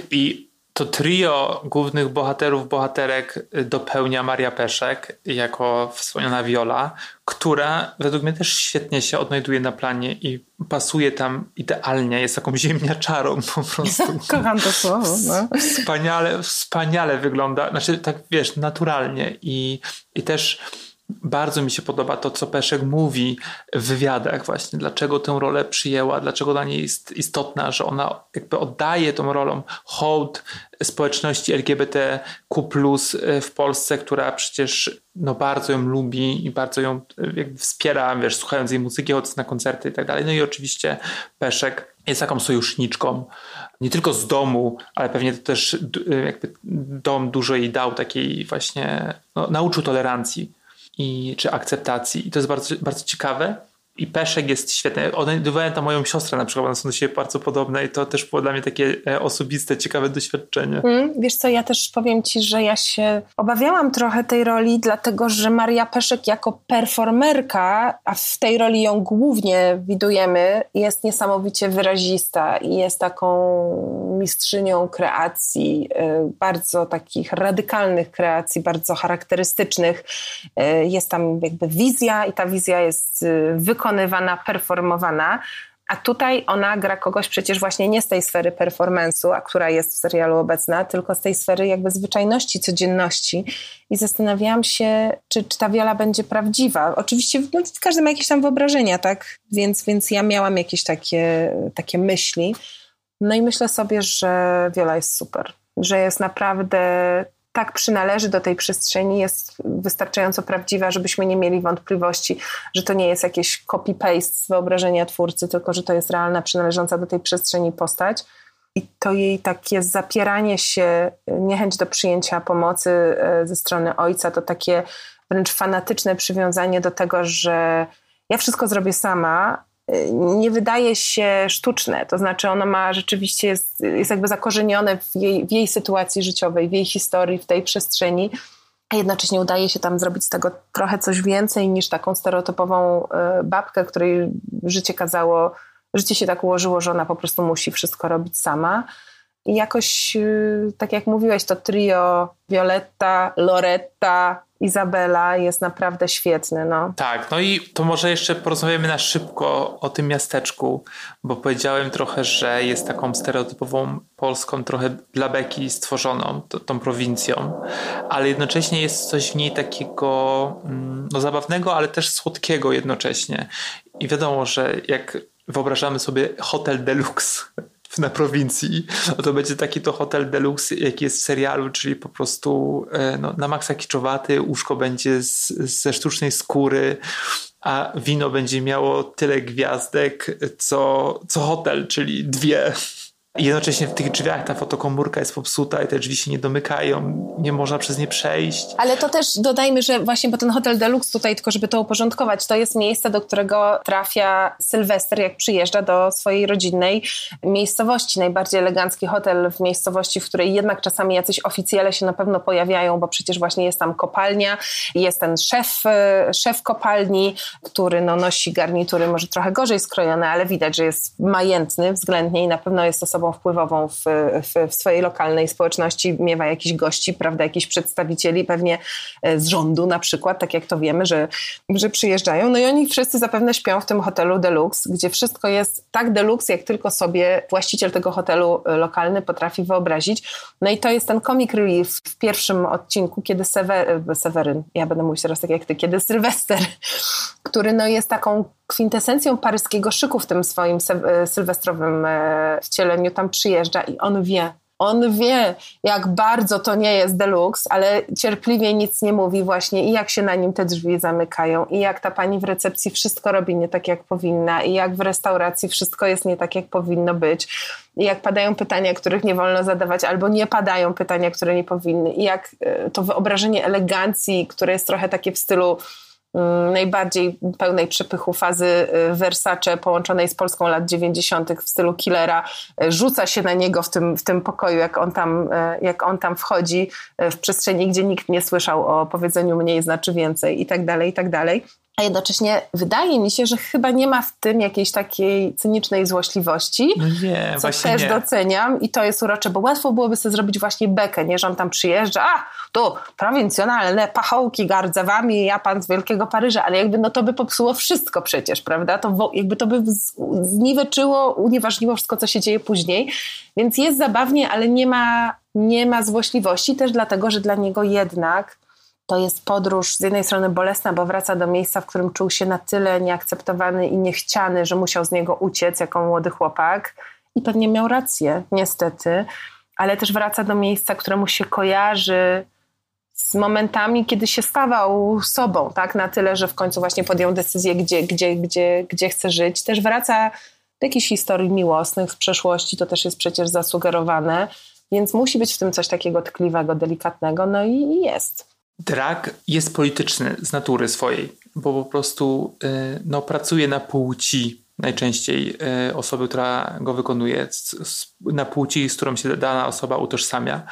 I to trio głównych bohaterów, bohaterek dopełnia Maria Peszek jako wspomniana Viola, która według mnie też świetnie się odnajduje na planie i pasuje tam idealnie, jest taką ziemniaczarą po prostu. Kocham to słowo. No. Wspaniale, wspaniale wygląda, znaczy tak wiesz, naturalnie i, i też bardzo mi się podoba to, co Peszek mówi w wywiadach właśnie, dlaczego tę rolę przyjęła, dlaczego dla niej jest istotna, że ona jakby oddaje tą rolą hołd społeczności L G B T Q plus w Polsce, która przecież no, bardzo ją lubi i bardzo ją jakby wspiera, wiesz, słuchając jej muzyki, chodząc na koncerty i tak dalej. No i oczywiście Peszek jest taką sojuszniczką, nie tylko z domu, ale pewnie to też jakby dom dużo jej dał takiej właśnie, no, nauczył tolerancji i, czy akceptacji. I to jest bardzo, bardzo ciekawe. I Peszek jest świetny. Odnajdywałem tam moją siostrę na przykład, one są do siebie bardzo podobne i to też było dla mnie takie osobiste, ciekawe doświadczenie. Mm, wiesz co, ja też powiem ci, że ja się obawiałam trochę tej roli, dlatego że Maria Peszek jako performerka, a w tej roli ją głównie widujemy, jest niesamowicie wyrazista i jest taką mistrzynią kreacji, bardzo takich radykalnych kreacji, bardzo charakterystycznych. Jest tam jakby wizja i ta wizja jest wykonywana, performowana, a tutaj ona gra kogoś przecież właśnie nie z tej sfery performance'u, a która jest w serialu obecna, tylko z tej sfery jakby zwyczajności, codzienności i zastanawiałam się, czy, czy ta Viola będzie prawdziwa. Oczywiście no, każdy ma jakieś tam wyobrażenia, tak? Więc, więc ja miałam jakieś takie, takie myśli. No i myślę sobie, że Viola jest super, że jest naprawdę tak przynależy do tej przestrzeni, jest wystarczająco prawdziwa, żebyśmy nie mieli wątpliwości, że to nie jest jakieś copy-paste z wyobrażenia twórcy, tylko że to jest realna, przynależąca do tej przestrzeni postać. I to jej takie zapieranie się, niechęć do przyjęcia pomocy ze strony ojca, to takie wręcz fanatyczne przywiązanie do tego, że ja wszystko zrobię sama, nie wydaje się sztuczne. To znaczy ono ma rzeczywiście, jest, jest jakby zakorzenione w jej, w jej sytuacji życiowej, w jej historii, w tej przestrzeni, a jednocześnie udaje się tam zrobić z tego trochę coś więcej niż taką stereotypową babkę, której życie kazało, życie się tak ułożyło, że ona po prostu musi wszystko robić sama. I jakoś, tak jak mówiłeś, to trio Violetta, Loretta Izabela jest naprawdę świetny. No. Tak, no i to może jeszcze porozmawiamy na szybko o tym miasteczku, bo powiedziałem trochę, że jest taką stereotypową Polską, trochę dla beki stworzoną, to, tą prowincją, ale jednocześnie jest coś w niej takiego no, zabawnego, ale też słodkiego jednocześnie. I wiadomo, że jak wyobrażamy sobie hotel deluxe na prowincji, no to będzie taki to hotel deluxe, jaki jest w serialu, czyli po prostu no, na maksa kiczowaty, łóżko będzie z, ze sztucznej skóry, a wino będzie miało tyle gwiazdek, co, co hotel, czyli dwie. I jednocześnie w tych drzwiach ta fotokomórka jest popsuta i te drzwi się nie domykają, nie można przez nie przejść. Ale to też dodajmy, że właśnie, bo ten hotel deluxe tutaj, tylko żeby to uporządkować, to jest miejsce, do którego trafia Sylwester, jak przyjeżdża do swojej rodzinnej miejscowości. Najbardziej elegancki hotel w miejscowości, w której jednak czasami jacyś oficjele się na pewno pojawiają, bo przecież właśnie jest tam kopalnia, jest ten szef, szef kopalni, który no, nosi garnitury może trochę gorzej skrojone, ale widać, że jest majętny względnie i na pewno jest osobą wpływową w, w, w swojej lokalnej społeczności, miewa jakichś gości, prawda, jakichś przedstawicieli pewnie z rządu na przykład, tak jak to wiemy, że, że przyjeżdżają. No i oni wszyscy zapewne śpią w tym hotelu deluxe, gdzie wszystko jest tak deluxe, jak tylko sobie właściciel tego hotelu lokalny potrafi wyobrazić. No i to jest ten comic relief w pierwszym odcinku, kiedy Sewer, Seweryn, ja będę mówić teraz tak jak ty, kiedy Sylwester, który no jest taką kwintesencją paryskiego szyku w tym swoim sy- sylwestrowym e, wcieleniu tam przyjeżdża i on wie, on wie, jak bardzo to nie jest deluxe, ale cierpliwie nic nie mówi właśnie i jak się na nim te drzwi zamykają i jak ta pani w recepcji wszystko robi nie tak, jak powinna i jak w restauracji wszystko jest nie tak, jak powinno być i jak padają pytania, których nie wolno zadawać albo nie padają pytania, które nie powinny i jak e, to wyobrażenie elegancji, które jest trochę takie w stylu najbardziej pełnej przepychu fazy Versace połączonej z Polską lat dziewięćdziesiątych w stylu Killera, rzuca się na niego w tym, w tym pokoju, jak on, tam, jak on tam wchodzi w przestrzeni, gdzie nikt nie słyszał o powiedzeniu mniej znaczy więcej i tak dalej, i tak dalej. A jednocześnie wydaje mi się, że chyba nie ma w tym jakiejś takiej cynicznej złośliwości, no nie, co też nie. doceniam i to jest urocze, bo łatwo byłoby sobie zrobić właśnie bekę, nie, że on tam przyjeżdża, a tu prowincjonalne pachołki gardzewami, ja pan z Wielkiego Paryża, ale jakby no to by popsuło wszystko przecież, prawda, to jakby to by zniweczyło, unieważniło wszystko, co się dzieje później, więc jest zabawnie, ale nie ma, nie ma złośliwości, też dlatego, że dla niego jednak to jest podróż z jednej strony bolesna, bo wraca do miejsca, w którym czuł się na tyle nieakceptowany i niechciany, że musiał z niego uciec jako młody chłopak i pewnie miał rację, niestety, ale też wraca do miejsca, któremu się kojarzy z momentami, kiedy się stawał sobą, tak, na tyle, że w końcu właśnie podjął decyzję, gdzie, gdzie, gdzie, gdzie chce żyć. Też wraca do jakichś historii miłosnych z przeszłości, to też jest przecież zasugerowane, więc musi być w tym coś takiego tkliwego, delikatnego, no i, i jest. Drag jest polityczny z natury swojej, bo po prostu no, pracuje na płci najczęściej osoby, która go wykonuje, na płci, z którą się dana osoba utożsamia.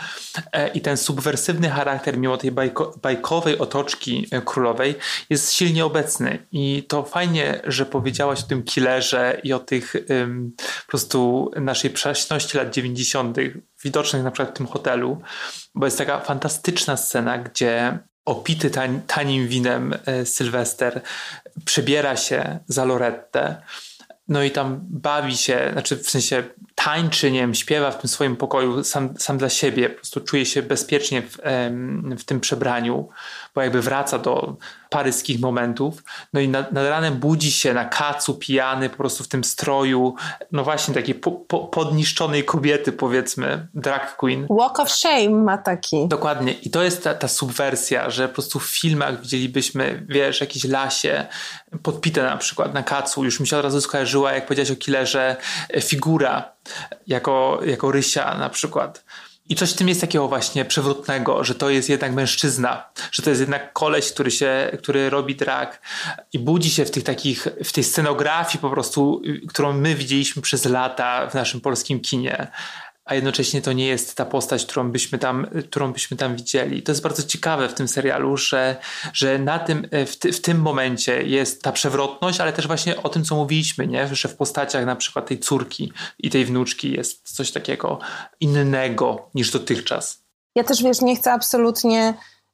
I ten subwersywny charakter, mimo tej bajko, bajkowej otoczki królowej, jest silnie obecny. I to fajnie, że powiedziałaś o tym killerze i o tych um, po prostu naszej przeszłości lat dziewięćdziesiątych, widocznych na przykład w tym hotelu, bo jest taka fantastyczna scena, gdzie opity tań, tanim winem e, Sylwester przebiera się za Lorettę, no i tam bawi się, znaczy w sensie tańczy, nie wiem, śpiewa w tym swoim pokoju sam, sam dla siebie, po prostu czuje się bezpiecznie w, em, w tym przebraniu, bo jakby wraca do paryskich momentów, no i nad, nad ranem budzi się na kacu pijany, po prostu w tym stroju, no właśnie takiej po, po, podniszczonej kobiety, powiedzmy, drag queen. Walk of shame ma taki. Dokładnie. I to jest ta, ta subwersja, że po prostu w filmach widzielibyśmy, wiesz, jakieś lasie podpite na przykład na kacu. Już mi się od razu skojarzyła, jak powiedziałeś o killerze, figura jako, jako Rysia na przykład. I coś w tym jest takiego właśnie przewrotnego, że to jest jednak mężczyzna, że to jest jednak koleś, który się, który robi drag i budzi się w tych takich, w tej scenografii po prostu, którą my widzieliśmy przez lata w naszym polskim kinie, a jednocześnie to nie jest ta postać, którą byśmy tam, którą byśmy tam widzieli. To jest bardzo ciekawe w tym serialu, że, że na tym, w, ty, w tym momencie jest ta przewrotność, ale też właśnie o tym, co mówiliśmy, nie? Że w postaciach na przykład tej córki i tej wnuczki jest coś takiego innego niż dotychczas. Ja też, wiesz, nie chcę absolutnie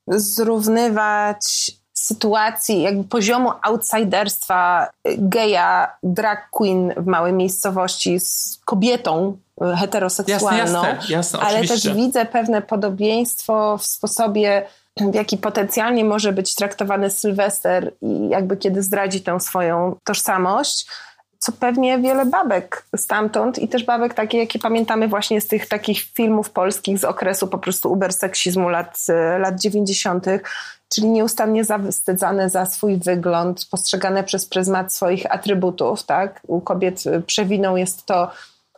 zrównywać sytuacji, jakby poziomu outsiderstwa geja, drag queen w małej miejscowości z kobietą heteroseksualną, jasne, jasne, jasne, ale oczywiście. też widzę pewne podobieństwo w sposobie, w jaki potencjalnie może być traktowany Sylwester i jakby kiedy zdradzi tę swoją tożsamość, co pewnie wiele babek stamtąd i też babek takie, jakie pamiętamy właśnie z tych takich filmów polskich z okresu po prostu uberseksizmu lat, lat dziewięćdziesiątych, czyli nieustannie zawstydzane za swój wygląd, postrzegane przez pryzmat swoich atrybutów, tak? U kobiet przewiną jest to,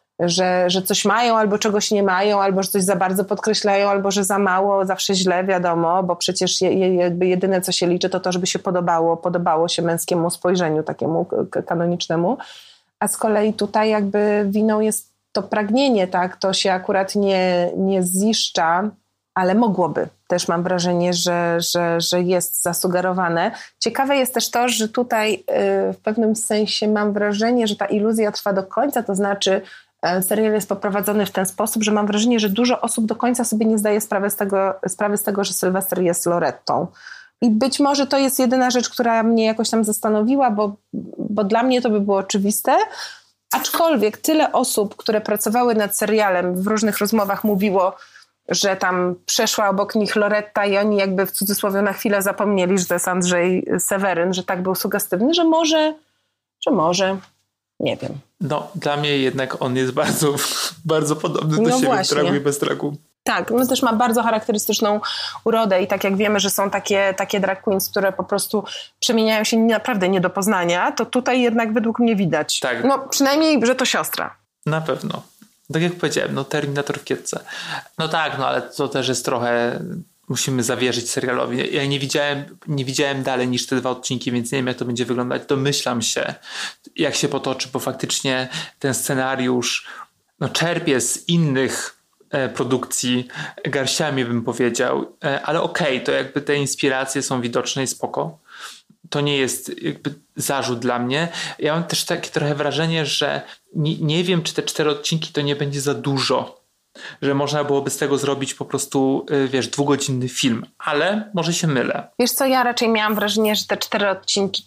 że, że coś mają albo czegoś nie mają, albo że coś za bardzo podkreślają, albo że za mało, zawsze źle, wiadomo, bo przecież je, je, jakby jedyne, co się liczy, to to, żeby się podobało, podobało się męskiemu spojrzeniu takiemu kanonicznemu, a z kolei tutaj jakby winą jest to pragnienie, tak, to się akurat nie, nie ziszcza, ale mogłoby. Też mam wrażenie, że, że, że jest zasugerowane. Ciekawe jest też to, że tutaj yy, w pewnym sensie mam wrażenie, że ta iluzja trwa do końca, to znaczy serial jest poprowadzony w ten sposób, że mam wrażenie, że dużo osób do końca sobie nie zdaje sprawy z tego, sprawy z tego, że Sylwester jest Lorettą. I być może to jest jedyna rzecz, która mnie jakoś tam zastanowiła, bo, bo dla mnie to by było oczywiste. Aczkolwiek tyle osób, które pracowały nad serialem w różnych rozmowach mówiło, że tam przeszła obok nich Loretta i oni jakby w cudzysłowie na chwilę zapomnieli, że to jest Andrzej Seweryn, że tak był sugestywny, że może, że może... Nie wiem. No, dla mnie jednak on jest bardzo, bardzo podobny no do siebie właśnie. w Dragu i bez Dragu. Tak, no też ma bardzo charakterystyczną urodę i tak jak wiemy, że są takie, takie drag queens, które po prostu przemieniają się naprawdę nie do poznania, to tutaj jednak według mnie widać. Tak. No przynajmniej, że to siostra. Na pewno. Tak jak powiedziałem, no Terminator w kietce. No tak, no ale to też jest trochę... Musimy zawierzyć serialowi. Ja nie widziałem, nie widziałem dalej niż te dwa odcinki, więc nie wiem, jak to będzie wyglądać. Domyślam się, jak się potoczy, bo faktycznie ten scenariusz no, czerpie z innych e, produkcji garściami, bym powiedział. E, ale okej, okay, to jakby te inspiracje są widoczne i spoko. To nie jest jakby zarzut dla mnie. Ja mam też takie trochę wrażenie, że nie, nie wiem, czy te cztery odcinki to nie będzie za dużo. Że można byłoby z tego zrobić po prostu, wiesz, dwugodzinny film, ale może się mylę. Wiesz co, ja raczej miałam wrażenie, że te cztery odcinki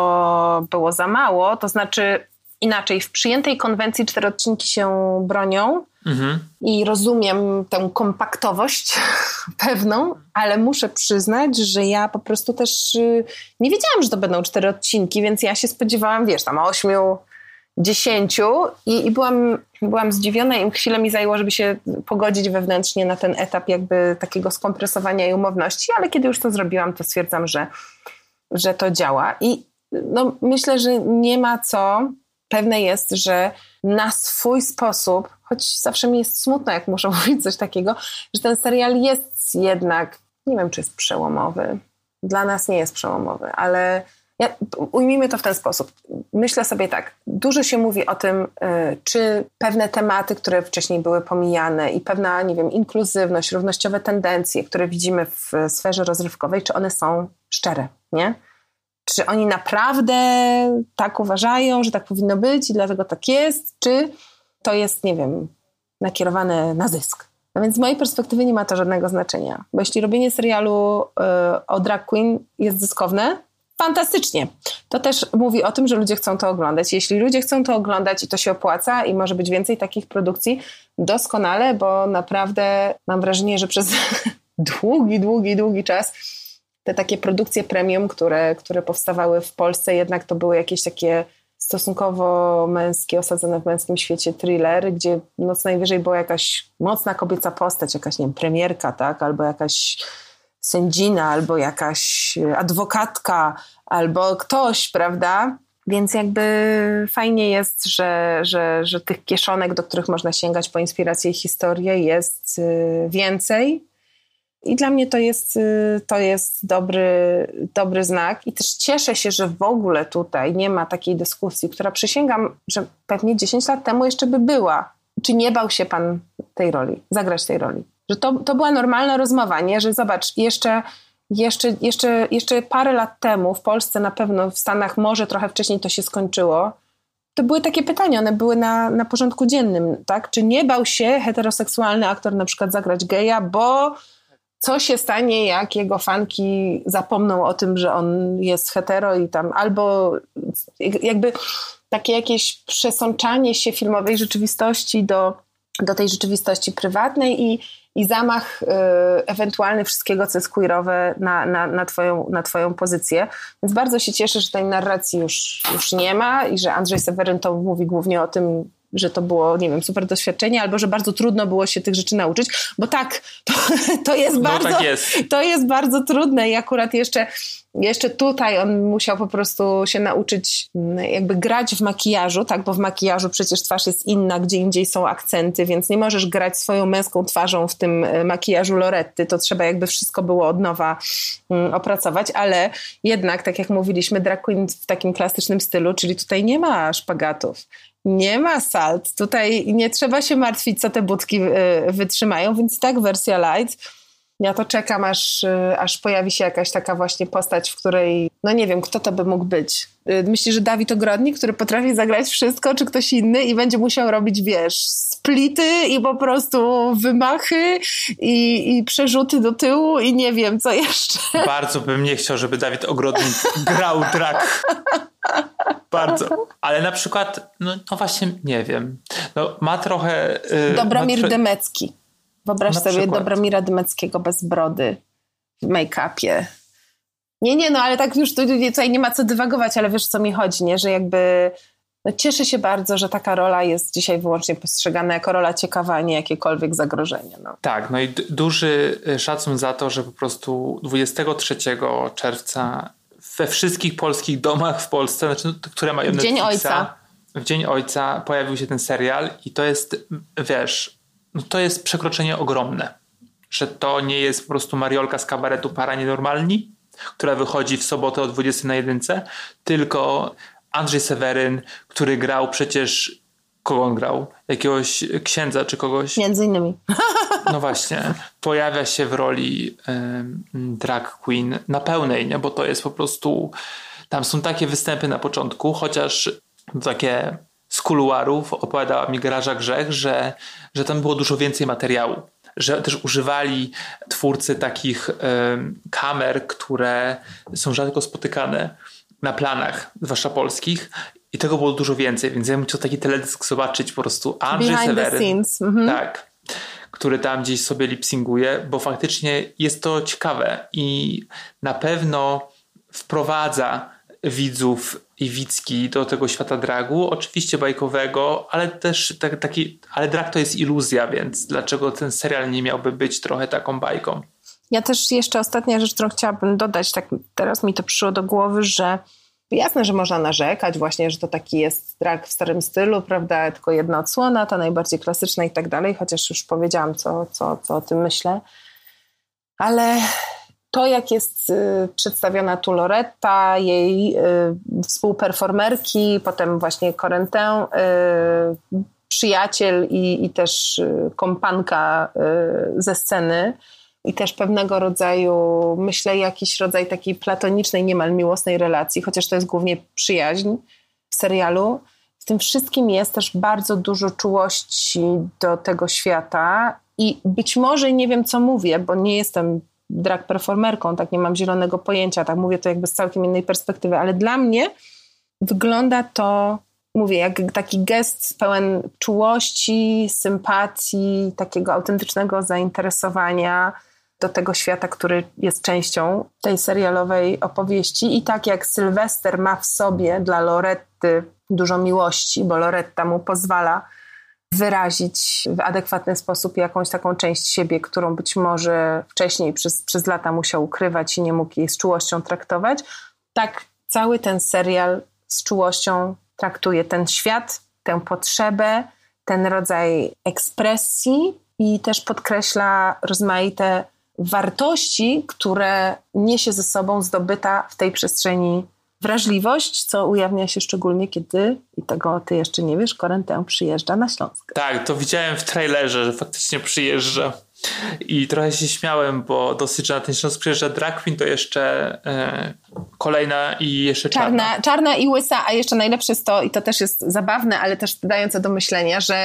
to było za mało, to znaczy inaczej, w przyjętej konwencji cztery odcinki się bronią mhm. i rozumiem tę kompaktowość pewną, ale muszę przyznać, że ja po prostu też nie wiedziałam, że to będą cztery odcinki, więc ja się spodziewałam, wiesz, tam ośmiu, dziesięciu i, i byłam, byłam zdziwiona i chwilę mi zajęło, żeby się pogodzić wewnętrznie na ten etap jakby takiego skompresowania i umowności, ale kiedy już to zrobiłam, to stwierdzam, że, że to działa i no, myślę, że nie ma co, pewne jest, że na swój sposób, choć zawsze mi jest smutno, jak muszę mówić coś takiego, że ten serial jest jednak, nie wiem, czy jest przełomowy, dla nas nie jest przełomowy, ale ja, ujmijmy to w ten sposób. Myślę sobie tak, dużo się mówi o tym, czy pewne tematy, które wcześniej były pomijane i pewna, nie wiem, inkluzywność, równościowe tendencje, które widzimy w sferze rozrywkowej, czy one są szczere, nie? Czy oni naprawdę tak uważają, że tak powinno być i dlatego tak jest, czy to jest, nie wiem, nakierowane na zysk. No więc z mojej perspektywy nie ma to żadnego znaczenia, bo jeśli robienie serialu y, o drag queen jest zyskowne, fantastycznie. To też mówi o tym, że ludzie chcą to oglądać. Jeśli ludzie chcą to oglądać i to się opłaca i może być więcej takich produkcji, doskonale, bo naprawdę mam wrażenie, że przez długi, długi, długi czas te takie produkcje premium, które, które powstawały w Polsce, jednak to były jakieś takie stosunkowo męskie, osadzone w męskim świecie thrillery, gdzie noc najwyżej była jakaś mocna kobieca postać, jakaś, nie wiem, premierka, tak, albo jakaś sędzina, albo jakaś adwokatka, albo ktoś, prawda? Więc jakby fajnie jest, że, że, że tych kieszonek, do których można sięgać po inspirację i historię, jest więcej. I dla mnie to jest, to jest dobry, dobry znak. I też cieszę się, że w ogóle tutaj nie ma takiej dyskusji, która przysięgam, że pewnie dziesięć lat temu jeszcze by była. Czy nie bał się pan tej roli, zagrać tej roli? Że to, to była normalna rozmowa, nie? Że zobacz, jeszcze, jeszcze, jeszcze, jeszcze parę lat temu w Polsce na pewno, w Stanach może trochę wcześniej to się skończyło, to były takie pytania, one były na, na porządku dziennym, tak? Czy nie bał się heteroseksualny aktor na przykład zagrać geja, bo co się stanie, jak jego fanki zapomną o tym, że on jest hetero i tam albo jakby takie jakieś przesączanie się filmowej rzeczywistości do, do tej rzeczywistości prywatnej i, i zamach y, ewentualny wszystkiego, co jest queerowe na, na, na, twoją, na twoją pozycję. Więc bardzo się cieszę, że tej narracji już, już nie ma i że Andrzej Seweryn to mówi głównie o tym, że to było, nie wiem, super doświadczenie, albo że bardzo trudno było się tych rzeczy nauczyć, bo tak, to, to jest no bardzo, tak jest. to jest bardzo trudne i akurat jeszcze, jeszcze tutaj on musiał po prostu się nauczyć jakby grać w makijażu, tak, bo w makijażu przecież twarz jest inna, gdzie indziej są akcenty, więc nie możesz grać swoją męską twarzą w tym makijażu Loretty, to trzeba jakby wszystko było od nowa um, opracować, ale jednak, tak jak mówiliśmy, drag queen w takim klasycznym stylu, czyli tutaj nie ma szpagatów. Nie ma salt. Tutaj nie trzeba się martwić, co te budki wytrzymają, więc tak wersja light. Ja to czekam, aż, aż pojawi się jakaś taka właśnie postać, w której, no nie wiem, kto to by mógł być. Myślisz, że Dawid Ogrodnik, który potrafi zagrać wszystko, czy ktoś inny i będzie musiał robić, wiesz, splity i po prostu wymachy i, i przerzuty do tyłu i nie wiem, co jeszcze. Bardzo bym nie chciał, żeby Dawid Ogrodnik grał drag. Bardzo. Ale na przykład, no, no właśnie, nie wiem. No, ma trochę... Yy, Dobromir ma tro... Dymecki. Wyobraź Na sobie przykład. Dobromira Dymeckiego bez brody, w make-upie. Nie, nie, no ale tak już tutaj nie ma co dywagować, ale wiesz, co mi chodzi, nie? Że jakby no, cieszę się bardzo, że taka rola jest dzisiaj wyłącznie postrzegana jako rola ciekawa, a nie jakiekolwiek zagrożenie. No. Tak, no i d- duży szacun za to, że po prostu dwudziestego trzeciego czerwca we wszystkich polskich domach w Polsce, znaczy, no, które mają w Dzień Netflixa, Ojca. w Dzień Ojca pojawił się ten serial i to jest, wiesz, no to jest przekroczenie ogromne, że to nie jest po prostu Mariolka z kabaretu Para Nienormalni, która wychodzi w sobotę o dwudziestej na jedynce, tylko Andrzej Seweryn, który grał przecież, kogo on grał? Jakiegoś księdza czy kogoś? Między innymi. No właśnie, pojawia się w roli um, drag queen na pełnej, nie? Bo to jest po prostu, tam są takie występy na początku, chociaż takie z kuluarów opowiadała mi Graża Grzech, że, że tam było dużo więcej materiału, że też używali twórcy takich um, kamer, które są rzadko spotykane na planach, zwłaszcza polskich, i tego było dużo więcej, więc ja bym chciał taki teledysk zobaczyć, po prostu Andrzej Behind Seweryn. the scenes. Mhm. Tak, który tam gdzieś sobie lip-synguje, bo faktycznie jest to ciekawe i na pewno wprowadza widzów i widzki do tego świata dragu, oczywiście bajkowego, ale też tak, taki, ale drag to jest iluzja, więc dlaczego ten serial nie miałby być trochę taką bajką? Ja też jeszcze ostatnia rzecz, którą chciałabym dodać, tak teraz mi to przyszło do głowy, że jasne, że można narzekać właśnie, że to taki jest drag w starym stylu, prawda, tylko jedna odsłona, ta najbardziej klasyczna i tak dalej, chociaż już powiedziałam, co, co, co o tym myślę. Ale to, jak jest y, przedstawiona tu Loretta, jej y, współperformerki, potem właśnie Corentę, y, przyjaciel i, i też y, kompanka y, ze sceny, i też pewnego rodzaju, myślę, jakiś rodzaj takiej platonicznej, niemal miłosnej relacji, chociaż to jest głównie przyjaźń w serialu. W tym wszystkim jest też bardzo dużo czułości do tego świata i być może nie wiem, co mówię, bo nie jestem drag performerką, tak, nie mam zielonego pojęcia, tak, mówię to jakby z całkiem innej perspektywy, ale dla mnie wygląda to, mówię, jak taki gest pełen czułości, sympatii, takiego autentycznego zainteresowania do tego świata, który jest częścią tej serialowej opowieści. I tak jak Sylwester ma w sobie dla Loretty dużo miłości, bo Loretta mu pozwala wyrazić w adekwatny sposób jakąś taką część siebie, którą być może wcześniej przez, przez lata musiał ukrywać i nie mógł jej z czułością traktować, tak cały ten serial z czułością traktuje ten świat, tę potrzebę, ten rodzaj ekspresji i też podkreśla rozmaite wartości, które niesie ze sobą zdobyta w tej przestrzeni wrażliwość, co ujawnia się szczególnie, kiedy, i tego ty jeszcze nie wiesz, Corentę przyjeżdża na Śląsk. Tak, to widziałem w trailerze, że faktycznie przyjeżdża i trochę się śmiałem, bo dosyć, że na ten Śląsk przyjeżdża drag queen, to jeszcze e, kolejna i jeszcze czarna. czarna. Czarna i łysa, a jeszcze najlepsze jest to, i to też jest zabawne, ale też dające do myślenia, że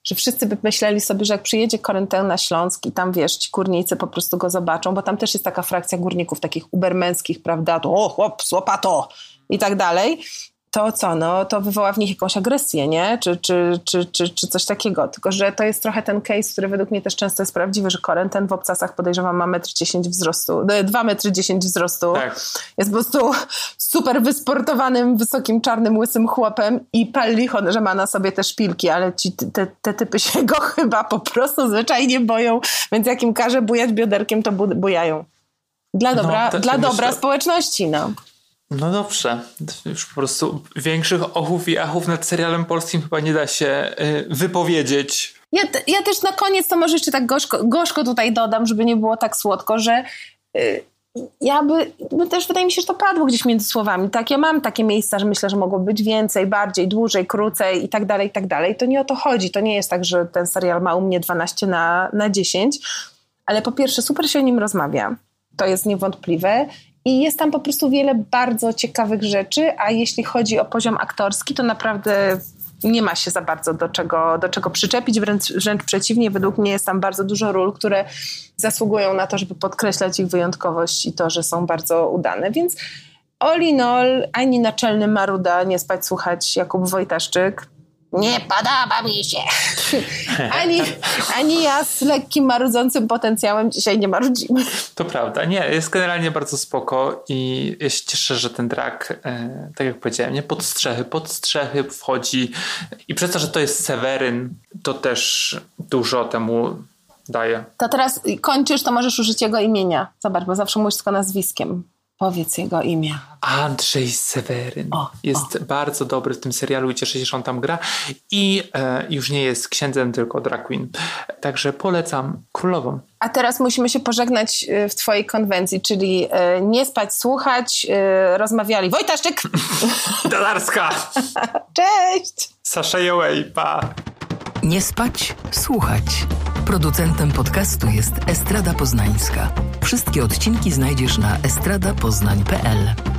że wszyscy by myśleli sobie, że jak przyjedzie Koryntel na Śląsk i tam, wiesz, ci górnicy po prostu go zobaczą, bo tam też jest taka frakcja górników, takich ubermęskich, prawda, to o, chłop, łopato i tak dalej, to co, no, to wywoła w nich jakąś agresję, nie? Czy, czy, czy, czy, czy coś takiego. Tylko że to jest trochę ten case, który według mnie też często jest prawdziwy, że Koryntel w obcasach, podejrzewam, ma metr dziesięć wzrostu, dwa metry dziesięć wzrostu. Tak. Jest po prostu super wysportowanym, wysokim, czarnym, łysym chłopem i pal licho, że ma na sobie te szpilki, ale ci, te, te typy się go chyba po prostu zwyczajnie boją, więc jak im każe bujać bioderkiem, to bu- bujają. Dla dobra, no, to, dla to dobra myślę... społeczności, no. No dobrze. Już po prostu większych ochów i achów nad serialem polskim chyba nie da się y, wypowiedzieć. Ja, ja też na koniec to może jeszcze tak gorzko, gorzko tutaj dodam, żeby nie było tak słodko, że y, ja by, by też wydaje mi się, że to padło gdzieś między słowami. Tak, ja mam takie miejsca, że myślę, że mogło być więcej, bardziej, dłużej, krócej i tak dalej, i tak dalej. To nie o to chodzi. To nie jest tak, że ten serial ma u mnie dwanaście na dziesięć, ale po pierwsze super się o nim rozmawia. To jest niewątpliwe. I jest tam po prostu wiele bardzo ciekawych rzeczy, a jeśli chodzi o poziom aktorski, to naprawdę nie ma się za bardzo do czego, do czego przyczepić, wręcz, wręcz przeciwnie, według mnie jest tam bardzo dużo ról, które zasługują na to, żeby podkreślać ich wyjątkowość i to, że są bardzo udane, więc all in all, ani naczelny maruda, nie spać, słuchać, Jakub Wojtaszczyk, nie podoba mi się. Ani, ani ja z lekkim marudzącym potencjałem dzisiaj nie marudzimy. To prawda. Nie, jest generalnie bardzo spoko i ja się cieszę, że ten drag, e, tak jak powiedziałem, nie pod strzechy, pod strzechy wchodzi i przez to, że to jest Seweryn, to też dużo temu daje. To teraz kończysz, to możesz użyć jego imienia. Zobacz, bo zawsze mówisz tylko nazwiskiem. Powiedz jego imię. Andrzej Seweryn. O, jest o. bardzo dobry w tym serialu i cieszę się, że on tam gra. I e, już nie jest księdzem, tylko drag queen. Także polecam Królową. A teraz musimy się pożegnać w twojej konwencji, czyli e, nie spać, słuchać. E, rozmawiali Wojtaszczyk. Tatarska. Cześć. Sasha Jołej, pa. Nie spać, słuchać. Producentem podcastu jest Estrada Poznańska. Wszystkie odcinki znajdziesz na estrada poznań kropka p l.